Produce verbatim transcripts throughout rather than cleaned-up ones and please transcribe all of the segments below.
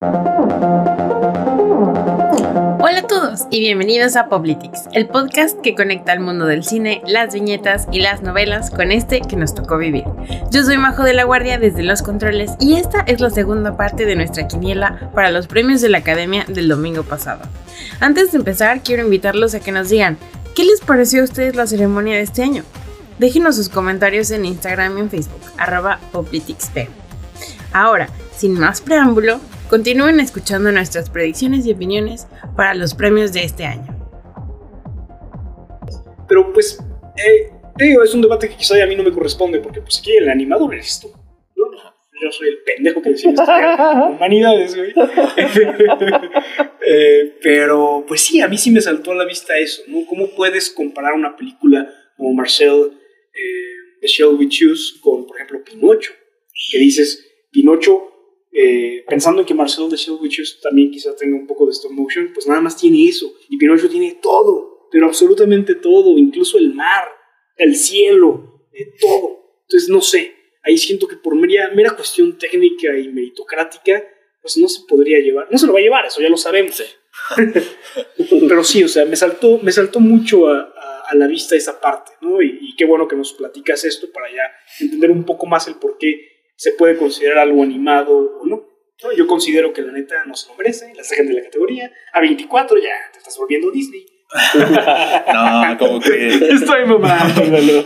Hola a todos y bienvenidos a Poplitics, el podcast que conecta al mundo del cine, las viñetas y las novelas con este que nos tocó vivir. Yo soy Majo de la Guardia desde los controles y esta es la segunda parte de nuestra quiniela para los premios de la Academia del domingo pasado. Antes de empezar, quiero invitarlos a que nos digan ¿qué les pareció a ustedes la ceremonia de este año? Déjenos sus comentarios en Instagram y en Facebook, arroba PopliticsP. Ahora, sin más preámbulo, continúen escuchando nuestras predicciones y opiniones para los premios de este año. Pero pues, eh, digo, es un debate que quizá a mí no me corresponde, porque pues aquí el animador eres tú, ¿no? Yo soy el pendejo que decía esto, humanidades, güey. eh, pero pues sí, a mí sí me saltó a la vista eso, ¿no? ¿Cómo puedes comparar una película como Marcel, eh, The Shall We Choose, con, por ejemplo, Pinocho? Que dices, Pinocho... Eh, pensando en que Marcel the Shell Witches también quizá tenga un poco de stop motion, pues nada más tiene eso, y Pinocho tiene todo, pero absolutamente todo, incluso el mar, el cielo, eh, todo. Entonces no sé, ahí siento que por mera, mera cuestión técnica y meritocrática, pues no se podría llevar, no se lo va a llevar, eso ya lo sabemos. Sí. Pero sí, o sea, me saltó, me saltó mucho a, a, a la vista esa parte, ¿no? Y, y qué bueno que nos platicas esto para ya entender un poco más el por qué se puede considerar algo animado o no. ¿no? Yo considero que la neta no se lo merece, la sacan de la categoría. A veinticuatro ya te estás volviendo Disney. No, como que... Estoy mamando.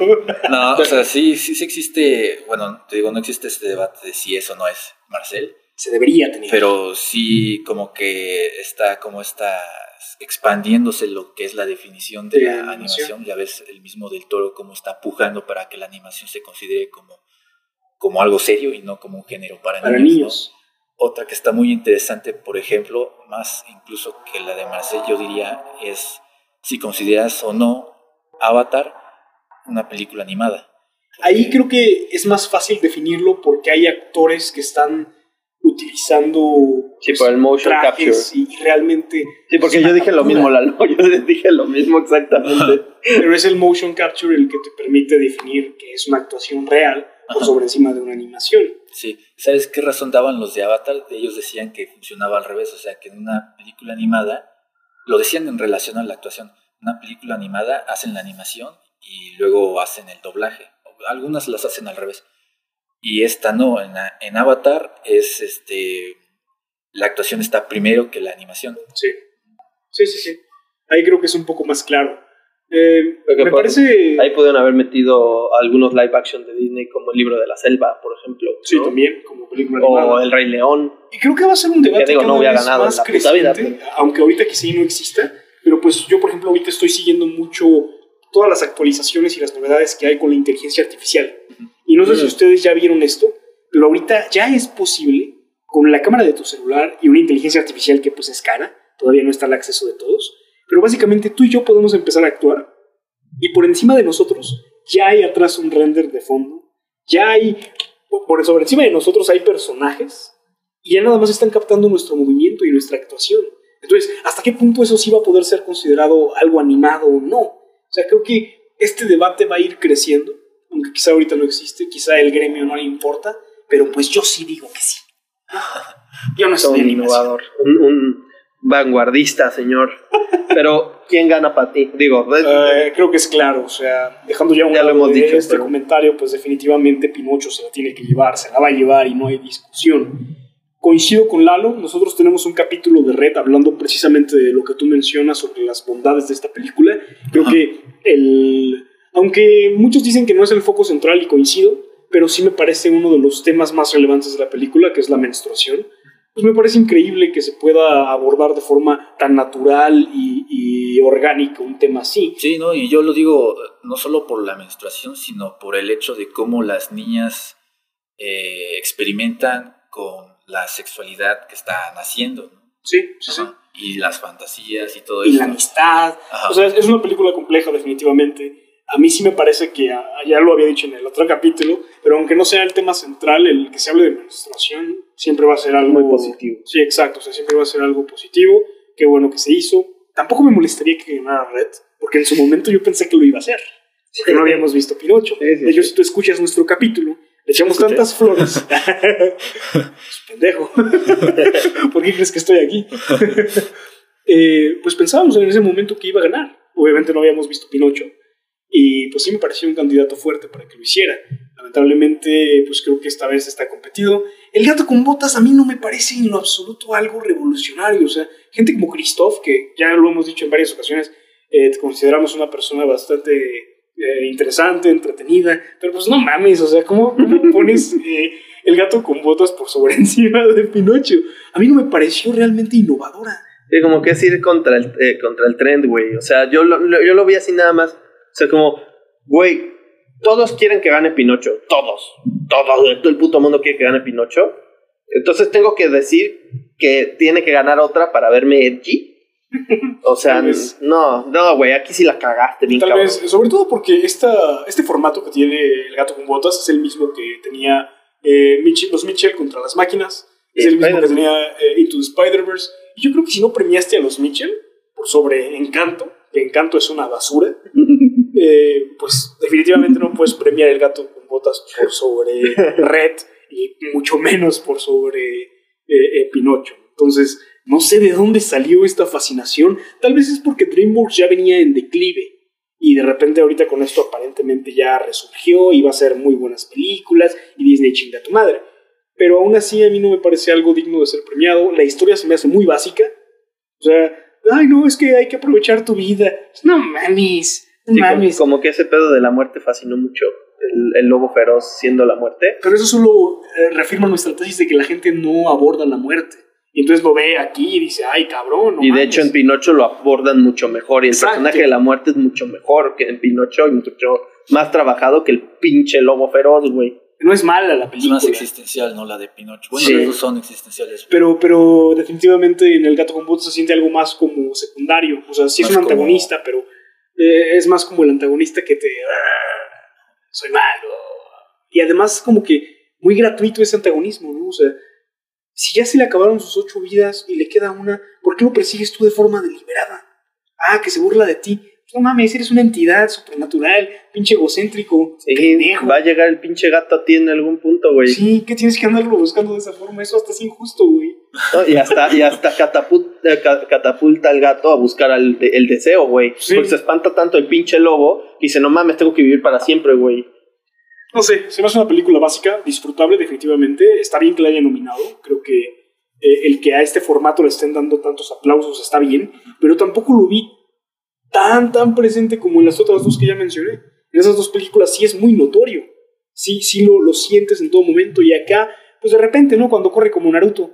No, o sea, sí, sí, sí existe, bueno, te digo, no existe este debate de si eso no es Marcel. Se debería tener. Pero sí como que está como está expandiéndose lo que es la definición de, de la animación. animación. Ya ves el mismo Del Toro cómo está pujando para que la animación se considere como como algo serio y no como un género para, para niños. niños. ¿no? Otra que está muy interesante, por ejemplo, más incluso que la de Marcel, yo diría, es si consideras o no Avatar una película animada. Porque... Ahí creo que es más fácil definirlo porque hay actores que están utilizando sí, por el motion capture y, y realmente sí, porque yo dije captura. Lo mismo, Lalo, yo dije lo mismo exactamente. Pero es el motion capture el que te permite definir que es una actuación real por sobre encima de una animación. Sí, ¿sabes qué razón daban los de Avatar? Ellos decían que funcionaba al revés, o sea, que en una película animada, lo decían en relación a la actuación, una película animada hacen la animación y luego hacen el doblaje, algunas las hacen al revés, y esta no, en, la, en Avatar es, este, la actuación está primero que la animación. Sí, sí, sí, sí, ahí creo que es un poco más claro. Eh, me parece... Ahí pudieron haber metido algunos live action de Disney como El Libro de la Selva, por ejemplo. Sí, ¿no? También, como película animada. O El Rey León. Y creo que va a ser un debate digo, cada no vez ganado más creciente, vida, pero... aunque ahorita quizá no exista, pero pues yo, por ejemplo, ahorita estoy siguiendo mucho todas las actualizaciones y las novedades que hay con la inteligencia artificial. Uh-huh. Y no sé uh-huh. si ustedes ya vieron esto, pero ahorita ya es posible, con la cámara de tu celular y una inteligencia artificial que pues es cara, todavía no está al acceso de todos, pero básicamente tú y yo podemos empezar a actuar. Y por encima de nosotros ya hay atrás un render de fondo, ya hay, por sobre encima de nosotros hay personajes y ya nada más están captando nuestro movimiento y nuestra actuación. Entonces, ¿hasta qué punto eso sí va a poder ser considerado algo animado o no? O sea, creo que este debate va a ir creciendo, aunque quizá ahorita no existe, quizá el gremio no le importa, pero pues yo sí digo que sí. Yo no soy un innovador, un, un vanguardista, señor. Pero, ¿quién gana para ti? Digo, uh, creo que es claro, o sea, dejando ya un ya lado lo hemos de dicho, este pero... comentario, pues definitivamente Pinocho se la tiene que llevar, se la va a llevar y no hay discusión. Coincido con Lalo, nosotros tenemos un capítulo de Red hablando precisamente de lo que tú mencionas sobre las bondades de esta película. Creo Ajá. que el... Aunque muchos dicen que no es el foco central y coincido, pero sí me parece uno de los temas más relevantes de la película, que es la menstruación. Pues me parece increíble que se pueda abordar de forma tan natural y, y orgánica un tema así. Sí, no, y yo lo digo no solo por la menstruación, sino por el hecho de cómo las niñas eh, experimentan con la sexualidad que está naciendo, ¿no? Sí, sí, sí. Y las fantasías y todo y eso. Y la amistad. Ajá. O sea, es una película compleja definitivamente. A mí sí me parece que, ya lo había dicho en el otro capítulo, pero aunque no sea el tema central, el que se hable de menstruación siempre va a ser algo... muy positivo. Sí, exacto, o sea, siempre va a ser algo positivo. Qué bueno que se hizo. Tampoco me molestaría que ganara Red, porque en su momento yo pensé que lo iba a hacer, porque no habíamos visto Pinocho. Sí, sí, de hecho, sí. si tú escuchas nuestro capítulo, Le echamos ¿Escuché? tantas flores. Pues, pendejo. ¿Por qué crees que estoy aquí? eh, pues pensábamos en ese momento que iba a ganar. Obviamente no habíamos visto Pinocho. Y pues sí me pareció un candidato fuerte para que lo hiciera. Lamentablemente, pues creo que esta vez está competido. El gato con botas a mí no me parece en lo absoluto algo revolucionario. O sea, gente como Christoph, que ya lo hemos dicho en varias ocasiones, eh, te consideramos una persona bastante eh, interesante, entretenida. Pero pues no mames, o sea, ¿cómo, cómo pones eh, el gato con botas por sobre encima de Pinocho? A mí no me pareció realmente innovadora. Sí, como que es ir contra el, eh, contra el trend, güey. O sea, yo lo, lo- yo lo vi así nada más. O sea, como, güey, todos quieren que gane Pinocho. Todos. Todos. Todo el puto mundo quiere que gane Pinocho. Entonces tengo que decir que tiene que ganar otra para verme edgy. O sea, Tal vez. no, no, güey, aquí sí la cagaste bien, Tal cabrón. vez, sobre todo porque esta, este formato que tiene el gato con botas es el mismo que tenía eh, Mitch- los Mitchell contra las máquinas. Es el mismo que Spider-Man. tenía eh, Into the Spider-Verse. Y yo creo que si no premiaste a los Mitchell por sobre Encanto, que Encanto es una basura, eh, pues definitivamente no puedes premiar el gato con botas por sobre Red y mucho menos por sobre eh, eh, Pinocho. Entonces, no sé de dónde salió esta fascinación. Tal vez es porque DreamWorks ya venía en declive y de repente ahorita con esto aparentemente ya resurgió y va a ser muy buenas películas y Disney chinga a tu madre. Pero aún así a mí no me parece algo digno de ser premiado. La historia se me hace muy básica. O sea, ay no, es que hay que aprovechar tu vida. No mames, no Sí, como, mames. como que ese pedo de la muerte fascinó mucho. El, el lobo feroz siendo la muerte. Pero eso solo eh, reafirma nuestra tesis de que la gente no aborda la muerte. Y entonces lo ve aquí y dice, ay cabrón, no Y de mames. hecho en Pinocho lo abordan mucho mejor. Y el Exacto. personaje de la muerte es mucho mejor que en Pinocho. Y mucho más trabajado que el pinche lobo feroz, güey. No es mala la Es película. más existencial, ¿no? La de Pinocho. Bueno, Sí. las dos son existenciales. Pero, pero definitivamente en el gato con botas se siente algo más como secundario. O sea, sí es Más un como- antagonista, pero eh, es más como el antagonista que te... "Ah, soy malo". Y además como que muy gratuito ese antagonismo, ¿no? O sea, si ya se le acabaron sus ocho vidas y le queda una, ¿por qué lo persigues tú de forma deliberada? Ah, que se burla de ti. No mames, eres una entidad supernatural, pinche egocéntrico, Sí, pendejo. va a llegar el pinche gato a ti en algún punto, güey. Sí, ¿qué tienes que andarlo buscando de esa forma? Eso hasta es injusto, güey. ¿No? Y hasta, y hasta catapulta, eh, ca- catapulta al gato a buscar al de- el deseo, güey. Sí. Porque se espanta tanto el pinche lobo y dice, no mames, tengo que vivir para siempre, güey. No sé, se me hace una película básica, disfrutable definitivamente. Está bien que la haya nominado. Creo que eh, el que a este formato le estén dando tantos aplausos está bien. Pero tampoco lo vi tan, tan presente como en las otras dos que ya mencioné. En esas dos películas sí es muy notorio. Sí, sí lo, lo sientes en todo momento. Y acá, pues de repente, ¿no? Cuando corre como Naruto.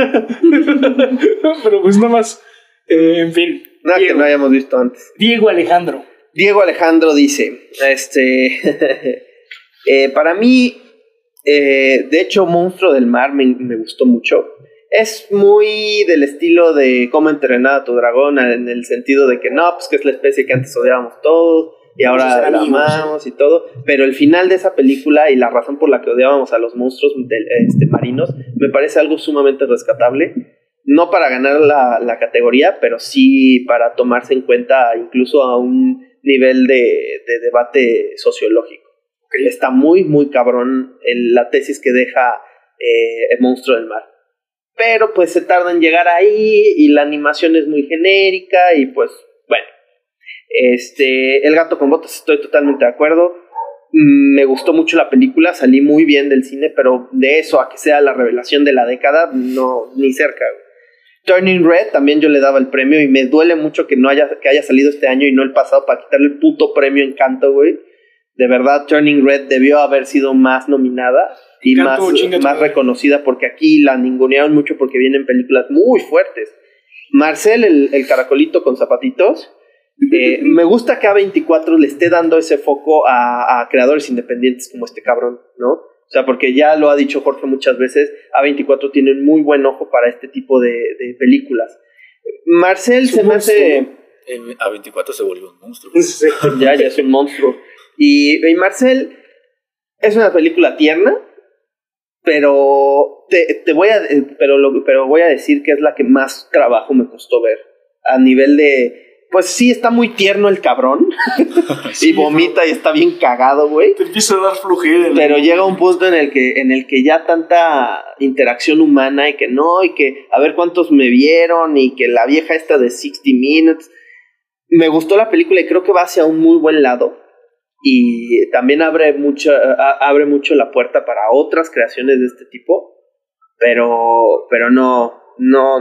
Pero pues nada más. Eh, en fin. Nada Diego, que no hayamos visto antes. Diego Alejandro. Diego Alejandro dice, este, eh, para mí, eh, de hecho, Monstruo del Mar me, me gustó mucho. Es muy del estilo de Cómo entrenar a tu dragón, en el sentido de que no, pues que es la especie que antes odiábamos todos y Vamos a ahora ser la amigos, amamos y todo. Pero el final de esa película y la razón por la que odiábamos a los monstruos del- este, marinos me parece algo sumamente rescatable. No para ganar la, la categoría, pero sí para tomarse en cuenta incluso a un nivel de, de debate sociológico. Okay. Está muy, muy cabrón el- la tesis que deja eh, el Monstruo del Mar. Pero pues se tarda en llegar ahí y la animación es muy genérica y pues bueno. Este, El gato con botas, estoy totalmente de acuerdo. Mm, Me gustó mucho la película, salí muy bien del cine, pero de eso a que sea la revelación de la década, no, ni cerca, güey. Turning Red también yo le daba el premio y me duele mucho que no haya, que haya salido este año y no el pasado para quitarle el puto premio Encanto, güey. De verdad, Turning Red debió haber sido más nominada y Encanto, más, chinga tu más madre. reconocida porque aquí la ningunearon mucho porque vienen películas muy fuertes. Marcel, el, el caracolito con zapatitos. Eh, me gusta que A veinticuatro le esté dando ese foco a, a creadores independientes como este cabrón, ¿no? O sea, porque ya lo ha dicho Jorge muchas veces, A veinticuatro tiene un muy buen ojo para este tipo de, de películas. Marcel Es se un me monstruo, hace... ¿no? Eh, A veinticuatro se volvió un monstruo. Sí. Ya, ya es un monstruo. Y, y Marcel es una película tierna, pero te, te voy a pero, lo, pero voy a decir que es la que más trabajo me costó ver. A nivel de pues sí, está muy tierno el cabrón. Sí, y vomita no. y está bien cagado, güey. Te empieza a dar flojera. Pero llega un punto en el que en el que ya tanta interacción humana y que no, y que a ver cuántos me vieron y que la vieja esta de sixty minutes. Me gustó la película y creo que va hacia un muy buen lado. Y también abre mucho, abre mucho la puerta para otras creaciones de este tipo. Pero, pero no, no,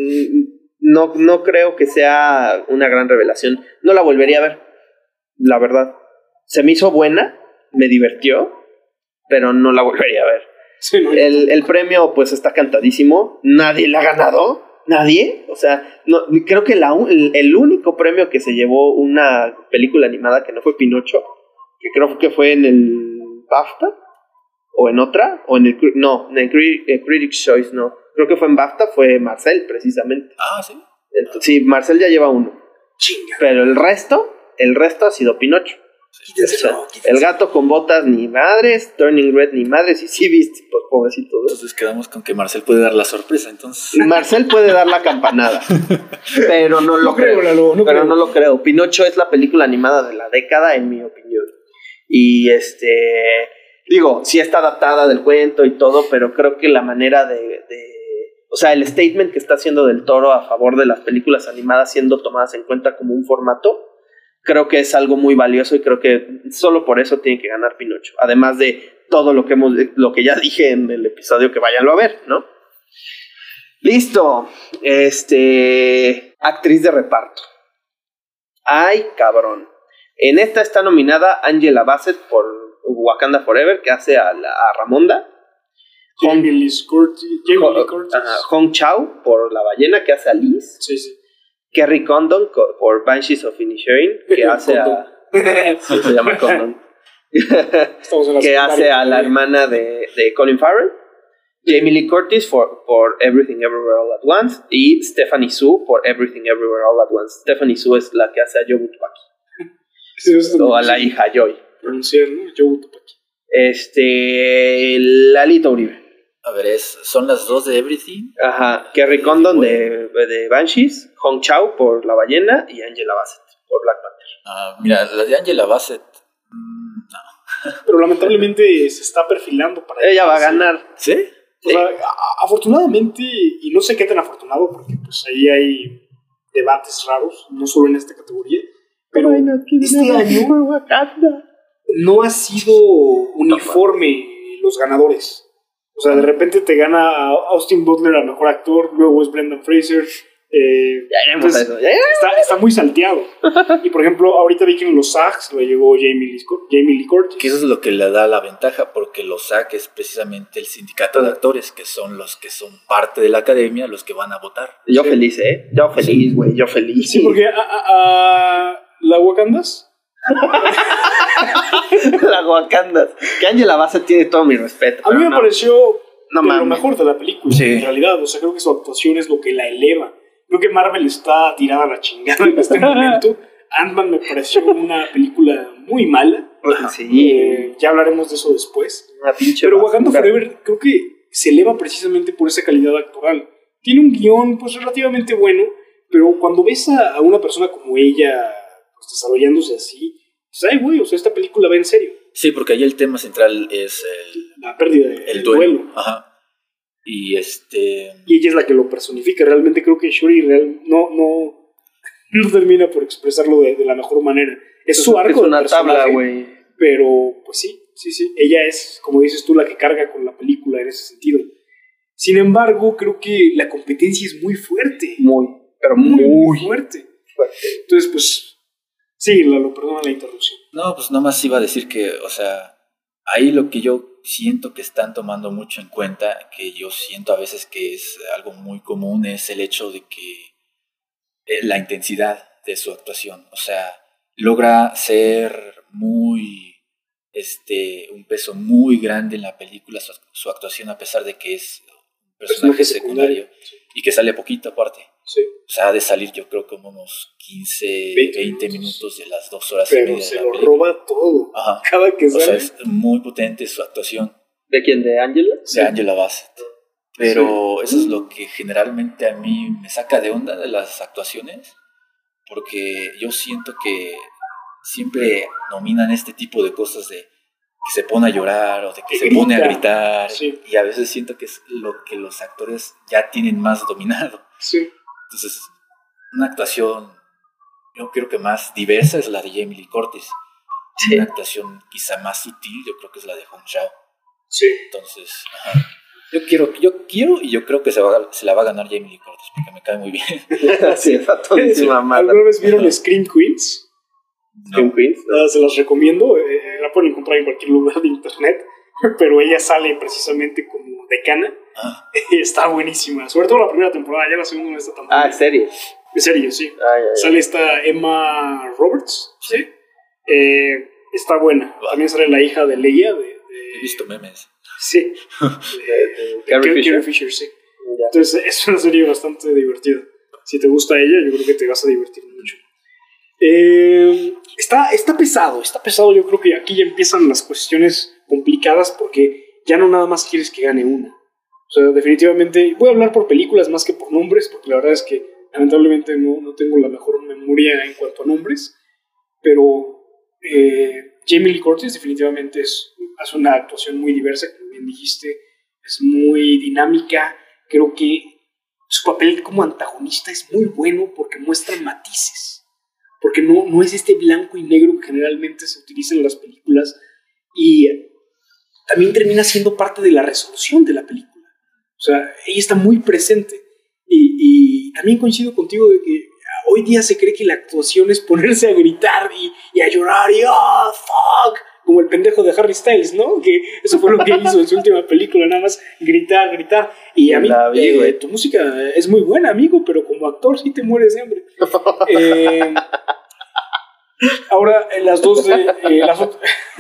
no, no creo que sea una gran revelación. No la volvería a ver, la verdad. Se me hizo buena, me divirtió, pero no la volvería a ver. Sí, no, el, el premio pues está cantadísimo, nadie la ha ganado, nadie. O sea, no, creo que la, el, el único premio que se llevó una película animada que no fue Pinocho, que creo que fue en el BAFTA, o en otra, o en el, no, en el Critics' Choice no, creo que fue en BAFTA, fue Marcel precisamente. Ah, sí. Entonces, sí, Marcel ya lleva uno. Chinga. Pero el resto, el resto ha sido Pinocho. Quítense, O sea, no, quítense. el gato con botas ni madres, Turning Red ni madres, y sí viste, pues pobrecito. ¿no? Entonces quedamos con que Marcel puede dar la sorpresa, entonces. Marcel puede dar la campanada, pero no lo No creo. creo, Lalo, no pero creo. no lo creo. Pinocho es la película animada de la década, en mi opinión. Y este, digo, sí está adaptada del cuento y todo, pero creo que la manera de, de o sea, el statement que está haciendo Del Toro a favor de las películas animadas siendo tomadas en cuenta como un formato, creo que es algo muy valioso y creo que solo por eso tiene que ganar Pinocho. Además de todo lo que hemos, lo que ya dije en el episodio, que váyanlo a ver, ¿no? Listo. Este, actriz de reparto. Ay, cabrón. En esta está nominada Angela Bassett por Wakanda Forever, que hace a, la, a Ramonda. Jamie Lee Curtis. Jamie Lee Curtis. Ajá, Hong Chau por La Ballena, que hace a Liz. Sí, sí. Kerry Condon co- por Banshees of Inisherin, que hace a... Sí, se llama Condon. Estamos en la que secundaria hace a la todavía. hermana de, de Colin Farrell. Jamie Lee Curtis por, por Everything Everywhere All at Once. Y Stephanie Su por Everything Everywhere All at Once. Stephanie Su es la que hace a Joe Tupaki. Sí, eso es O a la difícil hija Joy. pronunciar, ¿no? Joe Tupaki. Este... Lalito Uribe. A ver, es, son las dos de Everything. Ajá. Kerry Condon de, de Banshees. Hong Chau por La Ballena. Y Angela Bassett por Black Panther. Ah, mira, la de Angela Bassett. mm, no. Pero lamentablemente se está perfilando para Ella va a sí. ganar. ¿Sí? O sea, a- afortunadamente, y no sé qué tan afortunado, porque pues ahí hay debates raros, no solo en esta categoría, pero este año no ha sido uniforme los ganadores. O sea, de repente te gana a Austin Butler a mejor actor, luego es Brendan Fraser. Eh, Ya iremos entonces, a eso. Ya iremos. está, está muy salteado. Y por ejemplo, ahorita vi que en los S A Gs lo llegó Jamie Lee, Scur- Jamie Lee Curtis. Que eso es lo que le da la ventaja, porque los S A C es precisamente el sindicato de actores, que son los que son parte de la academia, los que van a votar. Yo Sí. feliz, ¿eh? Yo feliz, güey. Yo feliz. Sí, porque a, a- a la Wakandas. La Wakandas. Que Angela Bassett tiene todo mi respeto. A mí pero me no. pareció No de lo mames. mejor de la película, Sí. en realidad. O sea, creo que su actuación es lo que la eleva. Creo que Marvel está tirada a la chingada en este momento. Ant-Man me pareció una película muy mala. Sí. Eh, ya hablaremos de eso después. Una pinche Pero basura. Wakanda Forever creo que se eleva precisamente por esa calidad actoral. Tiene un guión pues relativamente bueno, pero cuando ves a, a una persona como ella pues, desarrollándose así, pues ay güey, o sea, esta película va en serio. Sí, porque ahí el tema central es el, La pérdida, el el duelo. duelo. Ajá. Y este. Y ella es la que lo personifica. Realmente creo que Shuri real, no, no, no termina por expresarlo de, de la mejor manera. Es su arco Es de una personaje, tabla, güey. pero pues sí, sí, sí. Ella es, como dices tú, la que carga con la película en ese sentido. Sin embargo, creo que la competencia es muy fuerte. Muy, pero Muy, muy, muy fuerte. fuerte. Entonces, pues, sí, Lalo, perdona la interrupción. No, pues nomás iba a decir que, o sea, ahí lo que yo siento que están tomando mucho en cuenta, que yo siento a veces que es algo muy común, es el hecho de que eh, la intensidad de su actuación, o sea, logra ser muy, este, un peso muy grande en la película, su, su actuación, a pesar de que es un personaje, Personaje secundario, secundario. y que sale poquito aparte. Sí. O sea, ha de salir yo creo como unos quince, veinte veinte minutos. minutos de las dos horas y Pero media de se la lo película. roba todo. Ajá. Cada que O sea, sale. es muy potente su actuación ¿De quién? ¿De Angela? de Angela Bassett. Pero eso es lo que generalmente a mí me saca de onda de las actuaciones. porque yo siento que siempre nominan este tipo de cosas de que se pone a llorar o de que, que se grita. pone a gritar, sí. Y a veces siento que es lo que los actores ya tienen más dominado. Sí. Entonces, una actuación, yo creo que más diversa es la de Jamie Lee Curtis. Sí. Una actuación quizá más sutil, yo creo que es la de Hong Chau. Sí. Entonces, ajá. Yo quiero, yo quiero y yo creo que se, va, se la va a ganar Jamie Lee Curtis porque me cae muy bien. Sí, está todísima madre. ¿Alguna vez vieron Scream Queens? No. Scream Queens, no. Se las recomiendo, eh, la pueden encontrar en cualquier lugar de internet, pero ella sale precisamente como decana. Ah. Está buenísima, sobre todo la primera temporada, ya la segunda no está tan buena. Ah, ¿en serio? En serio, sí. Ay, ay, sale esta Emma Roberts, ¿sí? Eh, está buena. Wow. También sale la hija de Leia. De, de... He visto memes. Sí. de, de, de Carrie Fisher. Fisher, sí. Yeah. Entonces es una serie bastante divertida. Si te gusta ella, yo creo que te vas a divertir mucho. Eh, está, está pesado, está pesado. Yo creo que aquí ya empiezan las cuestiones complicadas porque ya no nada más quieres que gane una. O sea, definitivamente, voy a hablar por películas más que por nombres, porque la verdad es que lamentablemente no, no tengo la mejor memoria en cuanto a nombres, pero eh, Jamie Lee Curtis definitivamente es, hace una actuación muy diversa, como bien dijiste, es muy dinámica. Creo que su papel como antagonista es muy bueno porque muestra matices, porque no, no es este blanco y negro que generalmente se utiliza en las películas, y también termina siendo parte de la resolución de la película. O sea, ella está muy presente. Y, y también coincido contigo de que hoy día se cree que la actuación es ponerse a gritar y, y a llorar y ¡oh, fuck! Como el pendejo de Harry Styles, ¿no? Que eso fue lo que hizo en su última película, nada más gritar, gritar. Y a mí, eh, tu música es muy buena, amigo, pero como actor sí te mueres de hambre. eh, ahora, en las dos de... Eh, las ot-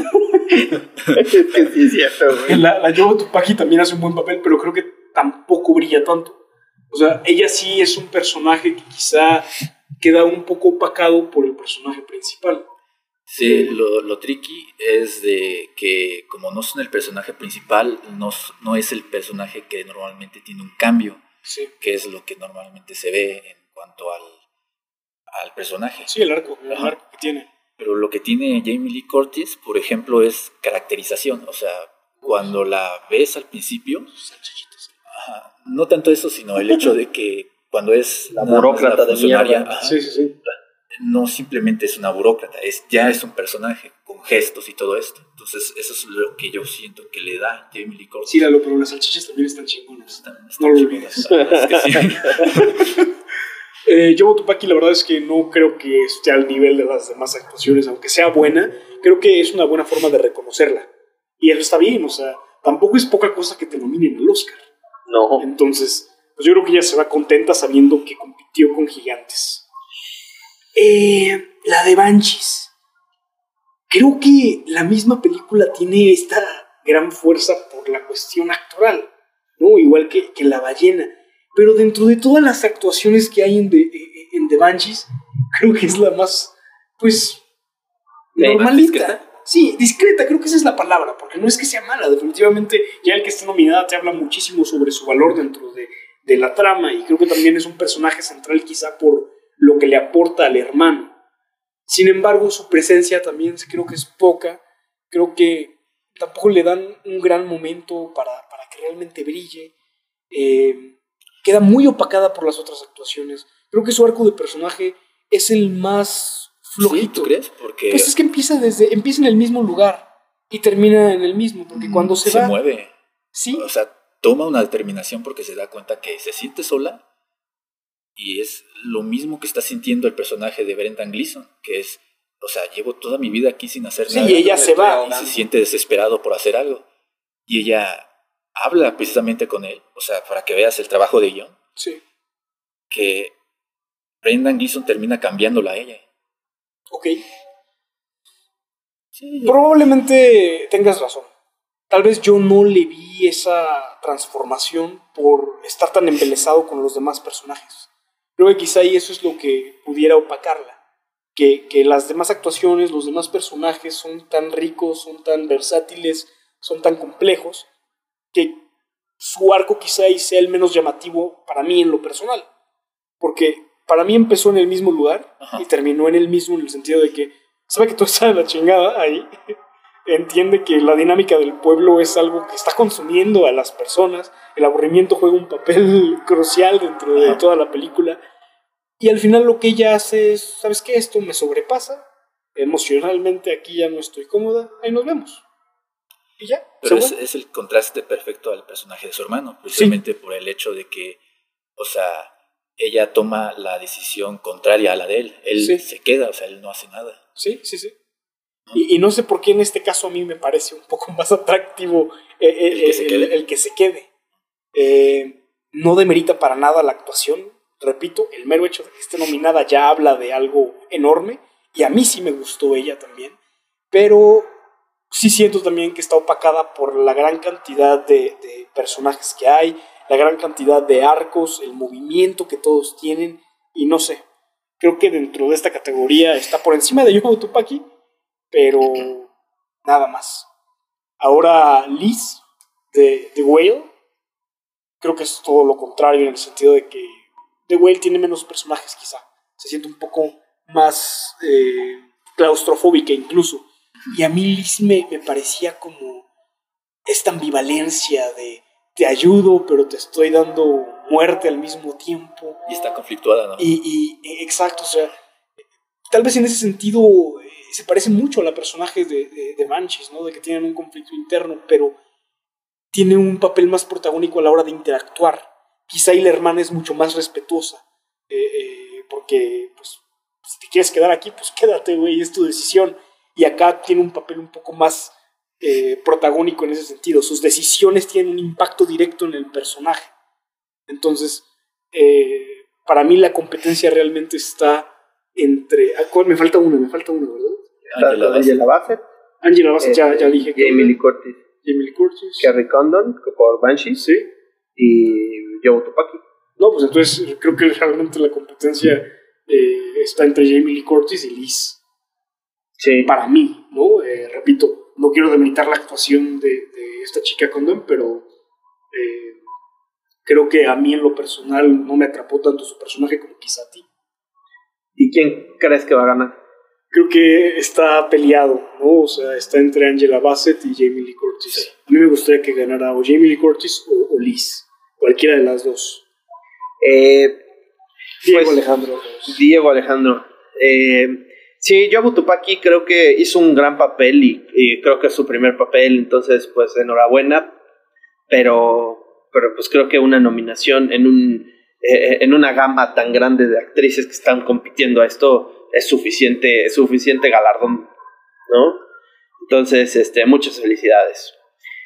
es que sí es cierto, güey. La, la Yogo Tupaki también hace un buen papel, pero creo que tampoco brilla tanto. O sea, ella sí es un personaje que quizá queda un poco opacado por el personaje principal. Sí, lo, lo tricky es de que como no son el personaje principal, no, no es el personaje que normalmente tiene un cambio, sí. Que es lo que normalmente se ve en cuanto al, al personaje. Sí, el arco, el Ajá. arco que tiene. Pero lo que tiene Jamie Lee Curtis, por ejemplo, es caracterización. O sea, cuando la ves al principio... Ajá, no tanto eso, sino el hecho de que cuando es la burócrata de mierda, ajá, sí, sí, sí. no simplemente es una burócrata, es, ya es un personaje con gestos y todo esto. Entonces eso es lo que yo siento que le da Jamie Lee Curtis. Sí, Lalo, pero las salchichas también están chingonas. Están, están no lo olvides. Es que sí. eh, Yogo Tupaki, la verdad es que no creo que esté al nivel de las demás actuaciones, aunque sea buena. Creo que es una buena forma de reconocerla. Y eso está bien, o sea, tampoco es poca cosa que te nominen al Oscar. No. Entonces, pues yo creo que ella se va contenta sabiendo que compitió con gigantes. Eh, la de Banshees. Creo que la misma película tiene esta gran fuerza por la cuestión actoral, ¿no? Igual que, que La Ballena. Pero dentro de todas las actuaciones que hay en The, en The Banshees, creo que es la más, pues, normalita. Sí, discreta, creo que esa es la palabra, porque no es que sea mala, definitivamente ya el que está nominada te habla muchísimo sobre su valor dentro de, de la trama, y creo que también es un personaje central quizá por lo que le aporta al hermano. Sin embargo, su presencia también creo que es poca, creo que tampoco le dan un gran momento para, para que realmente brille, eh, queda muy opacada por las otras actuaciones. Creo que su arco de personaje es el más... flojito. ¿Sí? ¿Tú crees? Porque... Pues es que empieza desde empieza en el mismo lugar y termina en el mismo, porque cuando se, se va... Se mueve. Sí. O sea, toma una determinación porque se da cuenta que se siente sola y es lo mismo que está sintiendo el personaje de Brendan Gleeson, que es, o sea, llevo toda mi vida aquí sin hacer sí, nada. Sí, y ella se va. Y se siente desesperado por hacer algo. Y ella habla precisamente con él, o sea, para que veas el trabajo de guión. Sí. Que Brendan Gleeson termina cambiándola a ella. Ok. Sí, probablemente tengas razón. Tal vez yo no le vi esa transformación por estar tan embelesado con los demás personajes. Creo que quizá ahí eso es lo que pudiera opacarla. Que, que las demás actuaciones, los demás personajes son tan ricos, son tan versátiles, son tan complejos, que su arco quizá ahí sea el menos llamativo para mí en lo personal. Porque para mí empezó en el mismo lugar. Ajá. Y terminó en el mismo, en el sentido de que sabe que todo está de la chingada ahí. Entiende que la dinámica del pueblo es algo que está consumiendo a las personas. El aburrimiento juega un papel crucial dentro de Ajá. toda la película. Y al final lo que ella hace es, ¿sabes qué? Esto me sobrepasa. Emocionalmente aquí ya no estoy cómoda. Ahí nos vemos. Y ya. Pero es, es el contraste perfecto al personaje de su hermano. Precisamente sí. por el hecho de que, o sea, ella toma la decisión contraria a la de él. Él sí. se queda, o sea, él no hace nada. Sí, sí, sí. Y, y no sé por qué en este caso a mí me parece un poco más atractivo eh, eh, el, que se el, el que se quede. Eh, no demerita para nada la actuación. Repito, el mero hecho de que esté nominada ya habla de algo enorme. Y a mí sí me gustó ella también. Pero sí siento también que está opacada por la gran cantidad de, de personajes que hay, la gran cantidad de arcos, el movimiento que todos tienen. Y no sé, creo que dentro de esta categoría está por encima de Yuho Tupaki, pero nada más. Ahora Liz, de The Whale, creo que es todo lo contrario, en el sentido de que The Whale tiene menos personajes quizá. Se siente un poco más eh, claustrofóbica incluso. Y a mí Liz me, me parecía como esta ambivalencia de te ayudo, pero te estoy dando muerte al mismo tiempo. Y está conflictuada, ¿no? Y, y exacto, o sea, tal vez en ese sentido eh, se parece mucho a la personaje de, de, de Banshees, ¿no? De que tienen un conflicto interno, pero tiene un papel más protagónico a la hora de interactuar. Quizá ahí la hermana es mucho más respetuosa, eh, eh, porque, pues, si te quieres quedar aquí, pues quédate, güey, es tu decisión. Y acá tiene un papel un poco más eh, protagónico en ese sentido. Sus decisiones tienen un impacto directo en el personaje. Entonces, eh, para mí la competencia realmente está entre... ¿Cuál? Me falta una, me falta una, ¿verdad? Angela, Angela Bassett. Angela Bassett, eh, ya, ya dije. Jamie Lee Curtis. Jamie Lee Curtis. Kerry Condon, por Banshee. Sí. Y Yuho Tupaki. No, pues entonces creo que realmente la competencia eh, está entre Jamie Lee Curtis y Liz. Sí. Para mí, ¿no? Eh, repito, no quiero demeritar la actuación de, de esta chica Condon, pero eh, creo que a mí en lo personal no me atrapó tanto su personaje como quizá a ti. ¿Y quién crees que va a ganar? Creo que está peleado, ¿no? O sea, está entre Angela Bassett y Jamie Lee Curtis. Sí. A mí me gustaría que ganara o Jamie Lee Curtis o, o Liz, cualquiera de las dos. Eh, Diego pues, Alejandro. Diego Alejandro. Eh, sí, Yuho Tupaki creo que hizo un gran papel y, y creo que es su primer papel, entonces pues enhorabuena, pero, pero pues creo que una nominación en un eh, en una gama tan grande de actrices que están compitiendo a esto es suficiente, es suficiente galardón, ¿no? Entonces, este, muchas felicidades.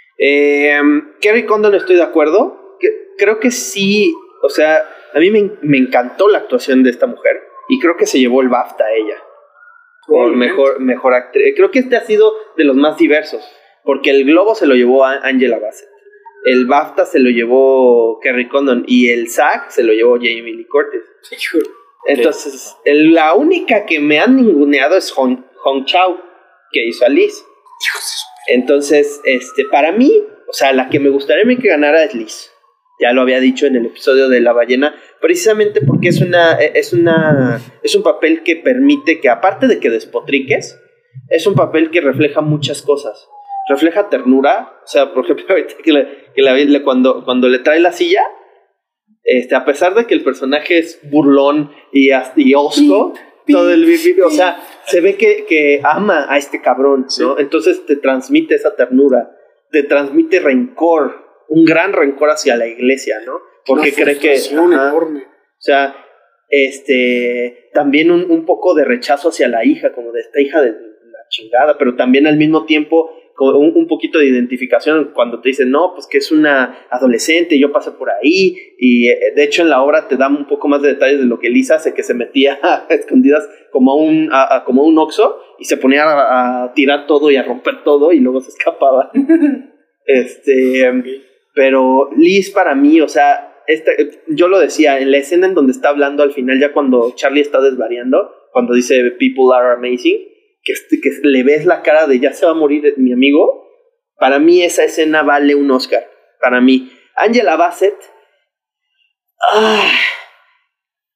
Eh, Kerry Condon, estoy de acuerdo. Que, creo que sí, o sea, a mí me, me encantó la actuación de esta mujer y creo que se llevó el BAFTA a ella por mejor, mejor actriz. Creo que este ha sido de los más diversos, porque el Globo se lo llevó a Angela Bassett, el BAFTA se lo llevó Kerry Condon y el SAG se lo llevó Jamie Lee Curtis. Entonces, el, la única que me han ninguneado es Hong, Hong Chau, que hizo a Liz. Entonces, este, para mí, o sea, la que me gustaría que ganara es Liz. Ya lo había dicho en el episodio de La Ballena, precisamente porque es una, es una, es un papel que permite que, aparte de que despotriques, es un papel que refleja muchas cosas. Refleja ternura, o sea, por ejemplo, ahorita que, le, que la, le, cuando, cuando le trae la silla, este, a pesar de que el personaje es burlón y, y hosco, pi, todo el pi, o sea, se ve que, que ama a este cabrón, ¿no? Sí. Entonces te transmite esa ternura, te transmite rencor, un gran rencor hacia la iglesia, ¿no? Porque cree que, ajá, o sea, este, también un, un poco de rechazo hacia la hija, como de esta hija de la chingada, pero también al mismo tiempo Un, un poquito de identificación cuando te dicen, no, pues que es una adolescente, yo pasé por ahí, y de hecho en la obra te dan un poco más de detalles de lo que Lisa hace, que se metía a escondidas como a un, a, a, como a un Oxxo, y se ponía a, a tirar todo y a romper todo, y luego se escapaba. este, pero Liz para mí, o sea, esta, yo lo decía, en la escena en donde está hablando al final, ya cuando Charlie está desvariando, cuando dice, people are amazing, Que, que le ves la cara de ya se va a morir mi amigo, para mí esa escena vale un Oscar, para mí. Angela Bassett, ah,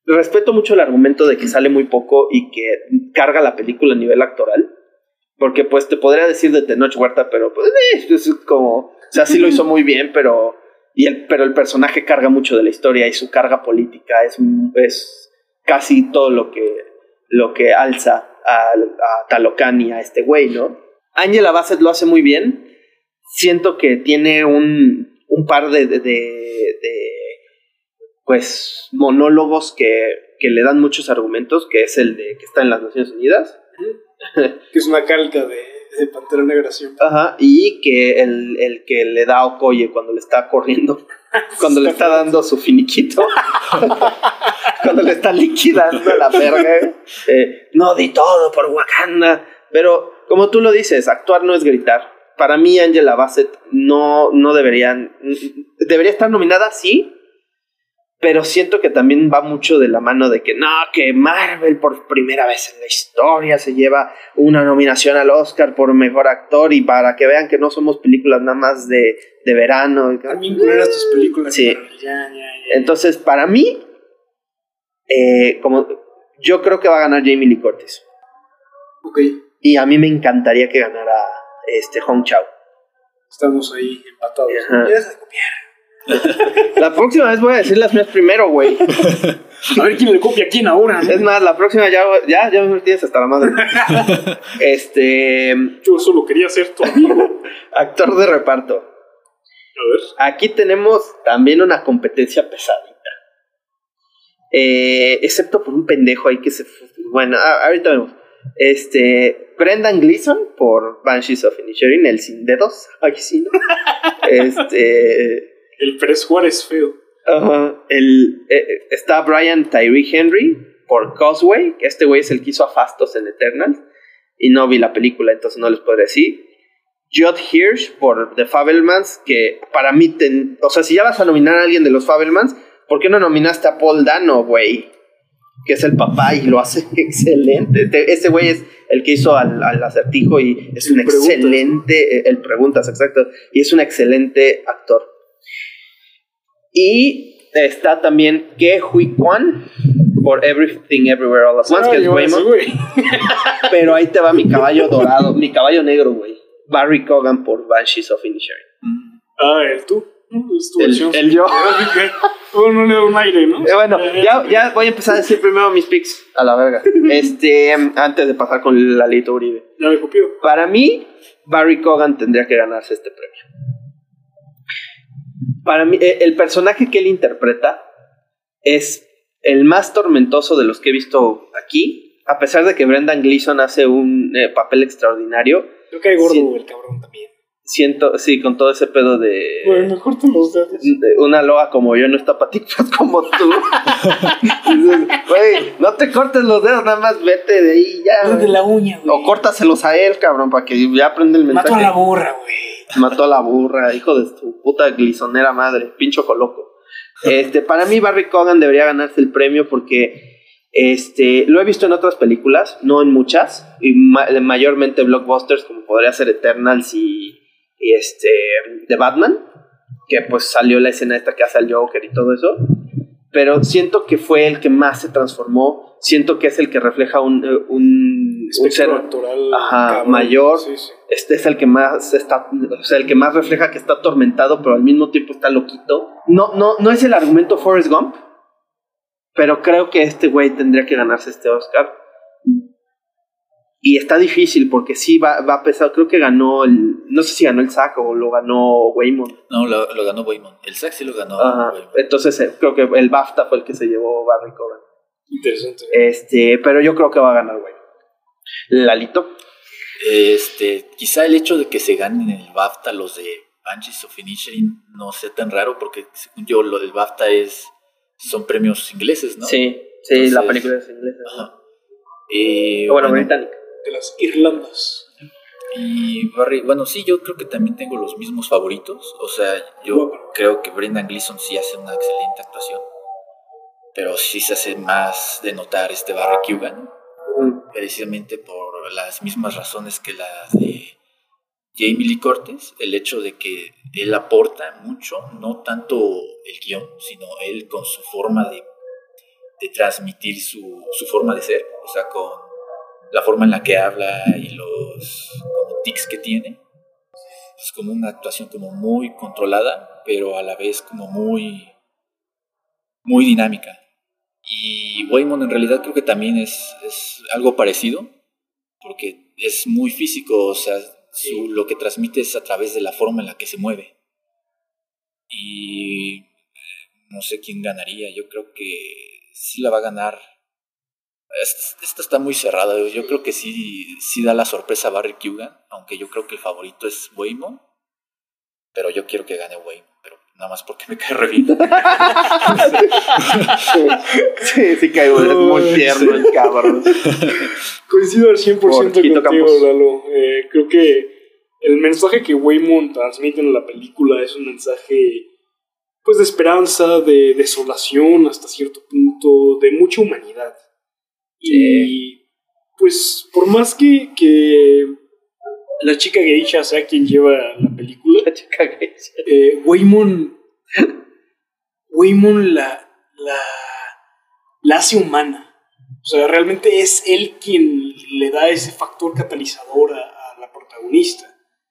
respeto mucho el argumento de que sale muy poco y que carga la película a nivel actoral. Porque pues te podría decir de Tenoch Huerta, pero pues eh, es como... O sea, sí lo hizo muy bien, pero... Y el, pero el personaje carga mucho de la historia y su carga política es, es casi todo lo que, lo que alza a, a Talocan y a este güey, ¿no? Angela Bassett lo hace muy bien. Siento que tiene un, un par de, de, de, de pues monólogos que, que le dan muchos argumentos, que es el de que está en las Naciones Unidas. Que es una calca de, de Pantera Negra siempre. Ajá, y que el, el que le da a Okoye cuando le está corriendo, cuando le está dando su finiquito, cuando le está liquidando la verga, eh, no di todo por Wakanda. Pero como tú lo dices, actuar no es gritar. Para mí Angela Bassett no, no deberían, debería estar nominada, sí, pero siento que también va mucho de la mano de que no, que Marvel por primera vez en la historia se lleva una nominación al Oscar por mejor actor, y para que vean que no somos películas nada más de, de verano. También culeras tus películas. Sí. Ya, ya, ya. Entonces, para mí, eh, como yo creo que va a ganar Jamie Lee Curtis. Ok. Y a mí me encantaría que ganara este Hong Chau. Estamos ahí empatados. Ajá. Ya se copiar. La próxima vez voy a decir las mías primero, güey. A ver quién le copia a quién ahora, ¿no? Es más, la próxima ya, ya, ya me tienes hasta la madre. Este. Yo solo quería ser tu amigo. Actor de reparto. A ver. Aquí tenemos también una competencia pesadita. Eh, excepto por un pendejo ahí que se... Bueno, a, ahorita vemos. Este... Brendan Gleeson por Banshees of Inisherin, el sin dedos. Aquí sí, ¿no? Este... El Pérez Juárez feo. Uh, el, eh, está Brian Tyree Henry por Causeway. Este güey es el que hizo a Fastos en Eternals. Y no vi la película, entonces no les podré decir. Judd Hirsch por The Fabelmans, que para mí, ten, o sea, si ya vas a nominar a alguien de los Fabelmans, ¿por qué no nominaste a Paul Dano, güey? Que es el papá y lo hace excelente. Ese güey es el que hizo al, al acertijo y es un Preguntas. excelente... El Preguntas, exacto. Y es un excelente actor. Y está también Ke Huy Quan por Everything Everywhere All at Once, que es Waymond. Pero ahí te va mi caballo dorado, mi caballo negro, güey. Barry Cogan por Banshees of Inisherin. Ah, el tú. Es tu El, versión. el yo. Oh, no le da un aire, ¿no? Eh, bueno, ya, ya voy a empezar a decir primero mis picks. A la verga. Este, antes de pasar con Lalito Uribe. Ya me copió. Para mí, Barry Cogan tendría que ganarse este premio. Para mí, el personaje que él interpreta es el más tormentoso de los que he visto aquí. A pesar de que Brendan Gleeson hace un eh, papel extraordinario. Yo cae gordo Sí. el cabrón también. Siento, sí, con todo ese pedo de... Bueno, corten los dedos. de una loa como yo no está para TikTok como tú. Dices, güey, no te cortes los dedos, nada más vete de ahí ya. de la uña, güey. O córtaselos a él, cabrón, para que ya aprenda el mensaje. Mató a la burra, güey. Mató a la burra, hijo de tu puta glisonera madre, pincho coloco. Este, para mí Barry Cogan debería ganarse el premio porque este, lo he visto en otras películas, no en muchas, y ma- mayormente blockbusters como podría ser Eternals y, y este, The Batman, que pues salió la escena esta que hace al Joker y todo eso. Pero siento que fue el que más se transformó. Siento que es el que refleja un, un, un ser actoral ajá, cabrón. mayor. Sí, sí. Este es el que más está, o sea, el que más refleja que está atormentado, pero al mismo tiempo está loquito. No, no, no es el argumento Forrest Gump, pero creo que este güey tendría que ganarse este Oscar. Y está difícil porque sí va, va a pesar. Creo que ganó el, no sé si ganó el S A C o lo ganó Waymond. No, lo, lo ganó Waymond. El S A C sí lo ganó Ajá. Waymond. Entonces eh, creo que el BAFTA fue el que se llevó Barry Cogan. Interesante. Este, pero yo creo que va a ganar Waymond. Lalito. Este, quizá el hecho de que se ganen el BAFTA los de Banshees of Inisherin no sea tan raro porque según yo lo del BAFTA es son premios ingleses, ¿no? Sí, sí, Entonces, la película es inglesa. Ajá. Eh, Bueno, británica. De las Irlandas. Y Barry, bueno, sí, yo creo que también tengo los mismos favoritos. O sea, yo Bueno. creo que Brendan Gleeson sí hace una excelente actuación. Pero sí se hace más de notar este Barry Keoghan, Mm. precisamente por las mismas razones que las de Jamie Lee Curtis. El hecho de que él aporta mucho, no tanto el guión, sino él con su forma de, de transmitir su, su forma de ser, o sea, con la forma en la que habla y los como tics que tiene. Es como una actuación como muy controlada, pero a la vez como muy, muy dinámica. Y Waymond en realidad creo que también es, es algo parecido, porque es muy físico, o sea, su, lo que transmite es a través de la forma en la que se mueve. Y no sé quién ganaría, yo creo que sí la va a ganar. Esta, esta está muy cerrada, yo creo que sí, sí da la sorpresa a Barry Keoghan, aunque yo creo que el favorito es Waymond, pero yo quiero que gane Waymond, pero nada más porque me cae re bien. Sí, sí cae, es muy tierno el cabrón. Coincido al cien por ciento contigo, Lalo. Eh, creo que el mensaje que Waymond transmite en la película es un mensaje pues de esperanza, de desolación hasta cierto punto, de mucha humanidad. Y pues por más que, que la chica geisha sea quien lleva la película, La chica geisha. eh, Waymond Waymond la, la, la hace humana. O sea, realmente es él quien le da ese factor catalizador a, a la protagonista.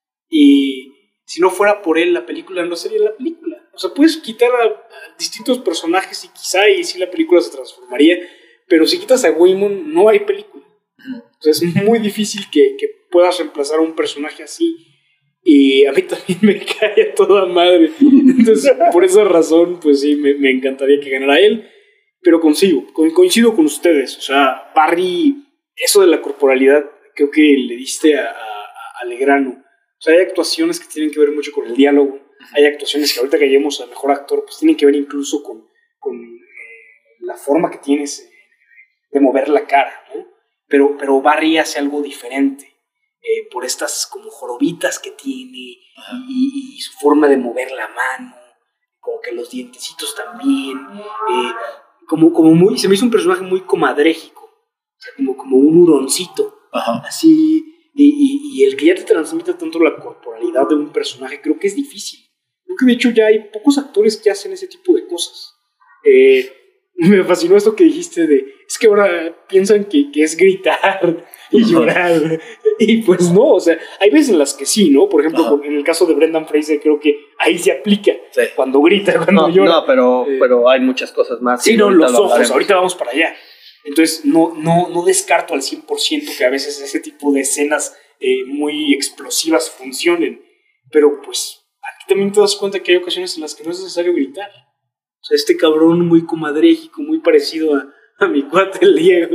Y si no fuera por él, la película no sería la película. O sea, puedes quitar a, a distintos personajes y quizá y sí la película se transformaría. Pero si quitas a Waymond, no hay película. O sea, es muy difícil que, que puedas reemplazar a un personaje así. Y a mí también me cae a toda madre. Entonces, por esa razón, pues sí, me, me encantaría que ganara él. Pero coincido, coincido con ustedes. O sea, Barry, eso de la corporalidad, creo que le diste a, a, al grano. O sea, hay actuaciones que tienen que ver mucho con el diálogo. Hay actuaciones que ahorita que lleguemos al mejor actor, pues tienen que ver incluso con, con eh, la forma que tienes de mover la cara, ¿no? Pero, pero Barry hace algo diferente, eh, por estas como jorobitas que tiene y, y su forma de mover la mano, como que los dientecitos también, eh, como, como muy, se me hizo un personaje muy comadréjico, o sea, como, como un huroncito, Ajá. así, y, y, y el que ya te transmite tanto la corporalidad de un personaje, creo que es difícil. Creo que de hecho ya hay pocos actores que hacen ese tipo de cosas. Eh, Me fascinó esto que dijiste de, es que ahora piensan que, que es gritar y llorar, y pues no, o sea, hay veces en las que sí, ¿no? Por ejemplo, con, en el caso de Brendan Fraser creo que ahí se aplica, sí. Cuando grita, cuando No, llora. no pero, eh, pero hay muchas cosas más. Sí, no, los ojos, hablaremos. ahorita vamos para allá. Entonces, no, no, no descarto al cien por ciento que a veces ese tipo de escenas eh, muy explosivas funcionen, pero pues aquí también te das cuenta que hay ocasiones en las que no es necesario gritar. O sea, este cabrón muy comadréjico, muy parecido a, a mi cuate el Diego.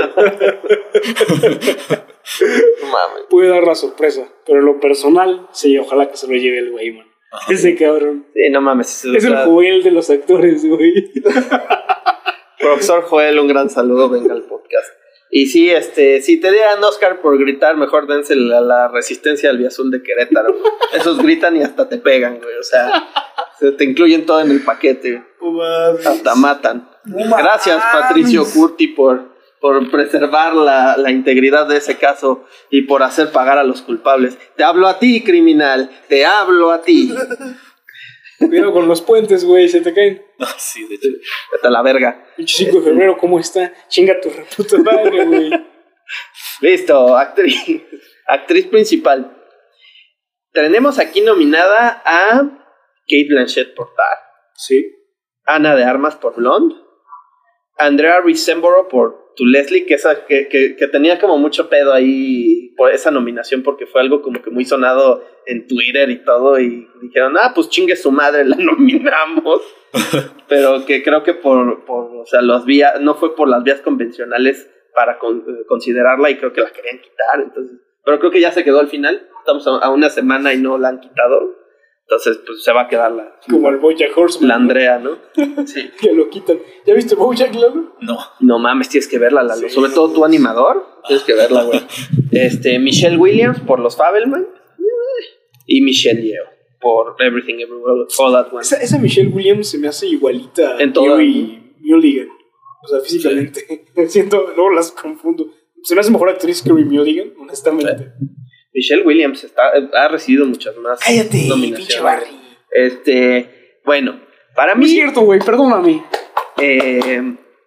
No mames. Puede dar la sorpresa, pero en lo personal, sí, ojalá que se lo lleve el Waymond. Ese cabrón. Sí, no mames. Es el Joel de los actores, güey. Profesor Joel, un gran saludo, venga al podcast. Y sí, este, si te dieran Oscar por gritar, mejor dense la, la Resistencia al Azul de Querétaro. Esos gritan y hasta te pegan, güey. O sea, se te incluyen todo en el paquete. Oh, hasta matan. No Gracias, mames. Patricio Curti, por, por preservar la, la integridad de ese caso y por hacer pagar a los culpables. Te hablo a ti, criminal. Te hablo a ti. Cuidado con los puentes, güey, se te caen. Sí, de hecho. Vete a la verga. Pinche cinco de febrero, ¿cómo está? Chinga tu reputa madre, güey. Listo, actriz, actriz principal. Tenemos aquí nominada a Cate Blanchett por Tar, Sí. Ana de Armas por Blonde, Andrea Riseborough por To Leslie, que, esa, que, que, que tenía como mucho pedo ahí por esa nominación porque fue algo como que muy sonado en Twitter y todo, y dijeron, ah, pues chingue su madre, la nominamos. Pero que creo que por, por o sea, los vías, no fue por las vías convencionales para con, eh, considerarla, y creo que la querían quitar, entonces, pero creo que ya se quedó al final. Estamos a, a una semana y no la han quitado, entonces pues se va a quedar la, Como al BoJack Horseman. la Andrea, ¿no? Sí. Que lo quitan. ¿Ya viste BoJack, Lalo? No. No mames, tienes que verla, Lalo. Sí. Sobre todo tu animador, tienes que verla, güey. Este, Michelle Williams por Los Fabelman y Michelle Yeoh por Everything Everywhere All at Once. Esa, esa Michelle Williams se me hace igualita En a todo. Gary Mulligan. O sea, físicamente. Siento, luego las confundo. Se me hace mejor actriz que Gary Mulligan, honestamente. Michelle Williams está, ha recibido muchas más Cállate, pinche nominaciones. Barry. Este, bueno, para No mí es cierto, güey, perdóname. eh,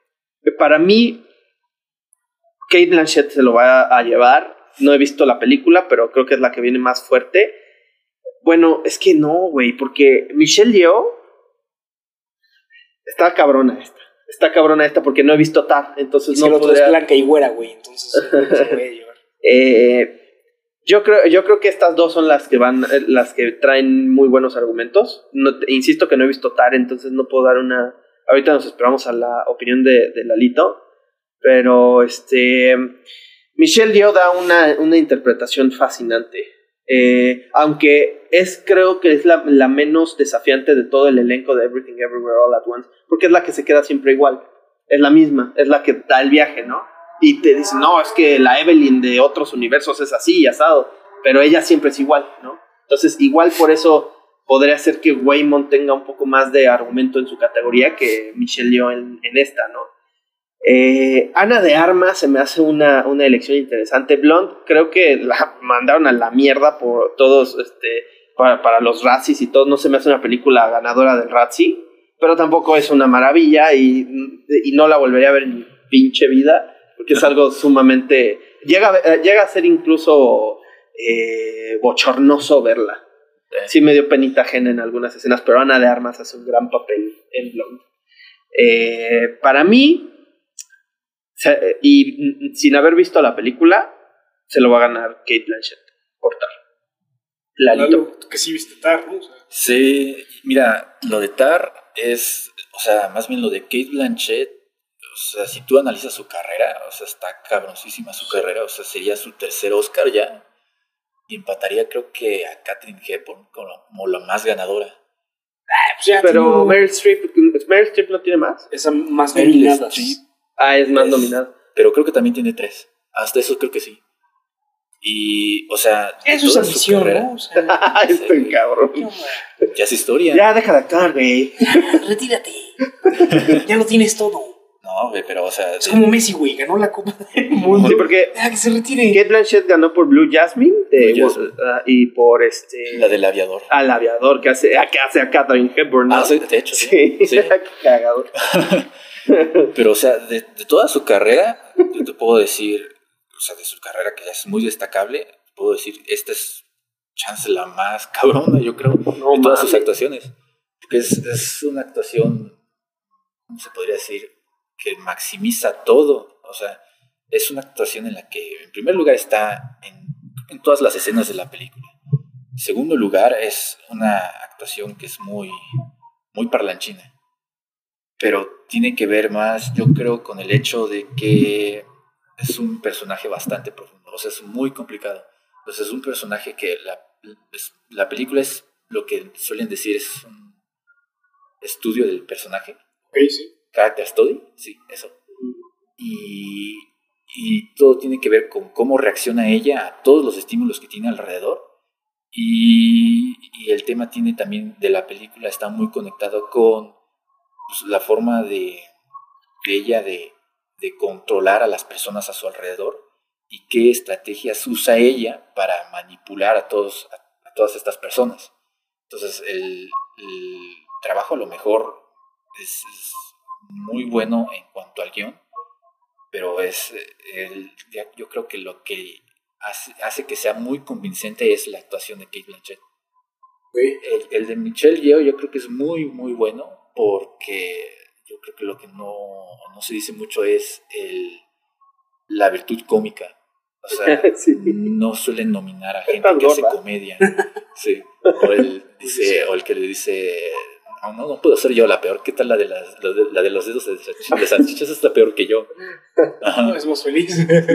Para mí, Cate Blanchett se lo va a llevar. No he visto la película, pero creo que es la que viene más fuerte. Bueno, es que no, güey, porque Michelle Yeoh está cabrona esta. Está cabrona esta porque no he visto Tar, entonces es no que el otro podría... es blanca y güera, güey, entonces se puede llevar. eh, yo creo, yo creo que estas dos son las que van, las que traen muy buenos argumentos. No, insisto que no he visto Tar, entonces no puedo dar una... Ahorita nos esperamos a la opinión de, de Lalito, pero este Michelle Yeoh da una, una interpretación fascinante. Eh, aunque es creo que es la, la menos desafiante de todo el elenco de Everything Everywhere All at Once, porque es la que se queda siempre igual, es la misma, es la que da el viaje, ¿no? Y te dice, no, es que la Evelyn de otros universos es así y asado, pero ella siempre es igual, ¿no? Entonces igual por eso podría ser que Waymond tenga un poco más de argumento en su categoría que Michelle Yeoh en, en esta, ¿no? Eh, Ana de Armas se me hace una, una elección interesante. Blonde creo que la mandaron a la mierda por todos, este, para, para los Razzies y todo. No se me hace una película ganadora del Razzie, pero tampoco es una maravilla y, y no la volvería a ver en mi pinche vida porque es algo sumamente... Llega, a, llega a ser incluso eh, bochornoso verla. Sí me dio penita ajena en algunas escenas, pero Ana de Armas hace un gran papel en Blonde. Eh, para mí, se, y sin haber visto la película, se lo va a ganar Cate Blanchett por Tar. Lalito. Que sí viste Tar, ¿no? O sea, sí, mira, lo de Tar es, o sea, más bien lo de Cate Blanchett, o sea, si tú analizas su carrera, o sea, está cabroncísima su carrera, o sea, sería su tercer Oscar ya. Y empataría creo que a Katharine Hepburn como, como la más ganadora. pues ya Pero tengo- Meryl Streep, ¿Meryl Streep no tiene más? esa más Meryl nominadas. Streep. Ah, es más Es- nominada. Pero creo que también tiene tres. Hasta eso creo que sí. Y, o sea, de Eso es toda su ambición, carrera, ¿no? O sea, Este cabrón. ¿qué onda? ya es historia. Ya, deja de actuar, güey. Retírate. Ya lo tienes todo. No, güey, pero, o sea, Es de- como Messi, güey. Ganó la Copa del Mundo. Sí, porque Deja que se retire. Kate Blanchett ganó por Blue Jasmine de, Blue Jasmine. uh, y por este la del aviador. al aviador que hace, que hace a Katharine Hepburn, ¿no? Ah, sí, de hecho, sí. Sí, Sí. qué cagado. Pero, o sea, de, de toda su carrera, yo te puedo decir, o sea, de su carrera que ya es muy destacable, puedo decir, esta es chance la más cabrona, yo creo, No de todas sus mames. actuaciones. Porque es, es una actuación, ¿cómo se podría decir? Que maximiza todo. O sea, es una actuación en la que, en primer lugar, está en, en todas las escenas de la película. En segundo lugar, es una actuación que es muy, muy parlanchina. Pero tiene que ver más, yo creo, con el hecho de que es un personaje bastante profundo. O sea, es muy complicado. Entonces, es un personaje que la, es- la película es lo que suelen decir es un estudio del personaje. Ok, sí. Character Study, sí, eso. Y, y todo tiene que ver con cómo reacciona ella a todos los estímulos que tiene alrededor. Y, y el tema tiene también de la película, está muy conectado con pues, la forma de, de ella de, de controlar a las personas a su alrededor y qué estrategias usa ella para manipular a, todos, a, a todas estas personas. Entonces, el, el trabajo a lo mejor es, es muy bueno en cuanto al guión, pero es el, yo creo que lo que hace, hace que sea muy convincente es la actuación de Cate Blanchett. Okay. El, el de Michelle Yeoh yo creo que es muy muy bueno porque yo creo que lo que no, no se dice mucho es el, la virtud cómica. O sea, Sí. no suelen nominar a gente Estás que hace gorda. comedia. Sí. O el, dice, o el que le dice, no, no, no puedo ser yo la peor. ¿Qué tal la de, las, la de, la de los dedos de salchichas? De salchichas está peor que yo. Ajá. No, es más feliz.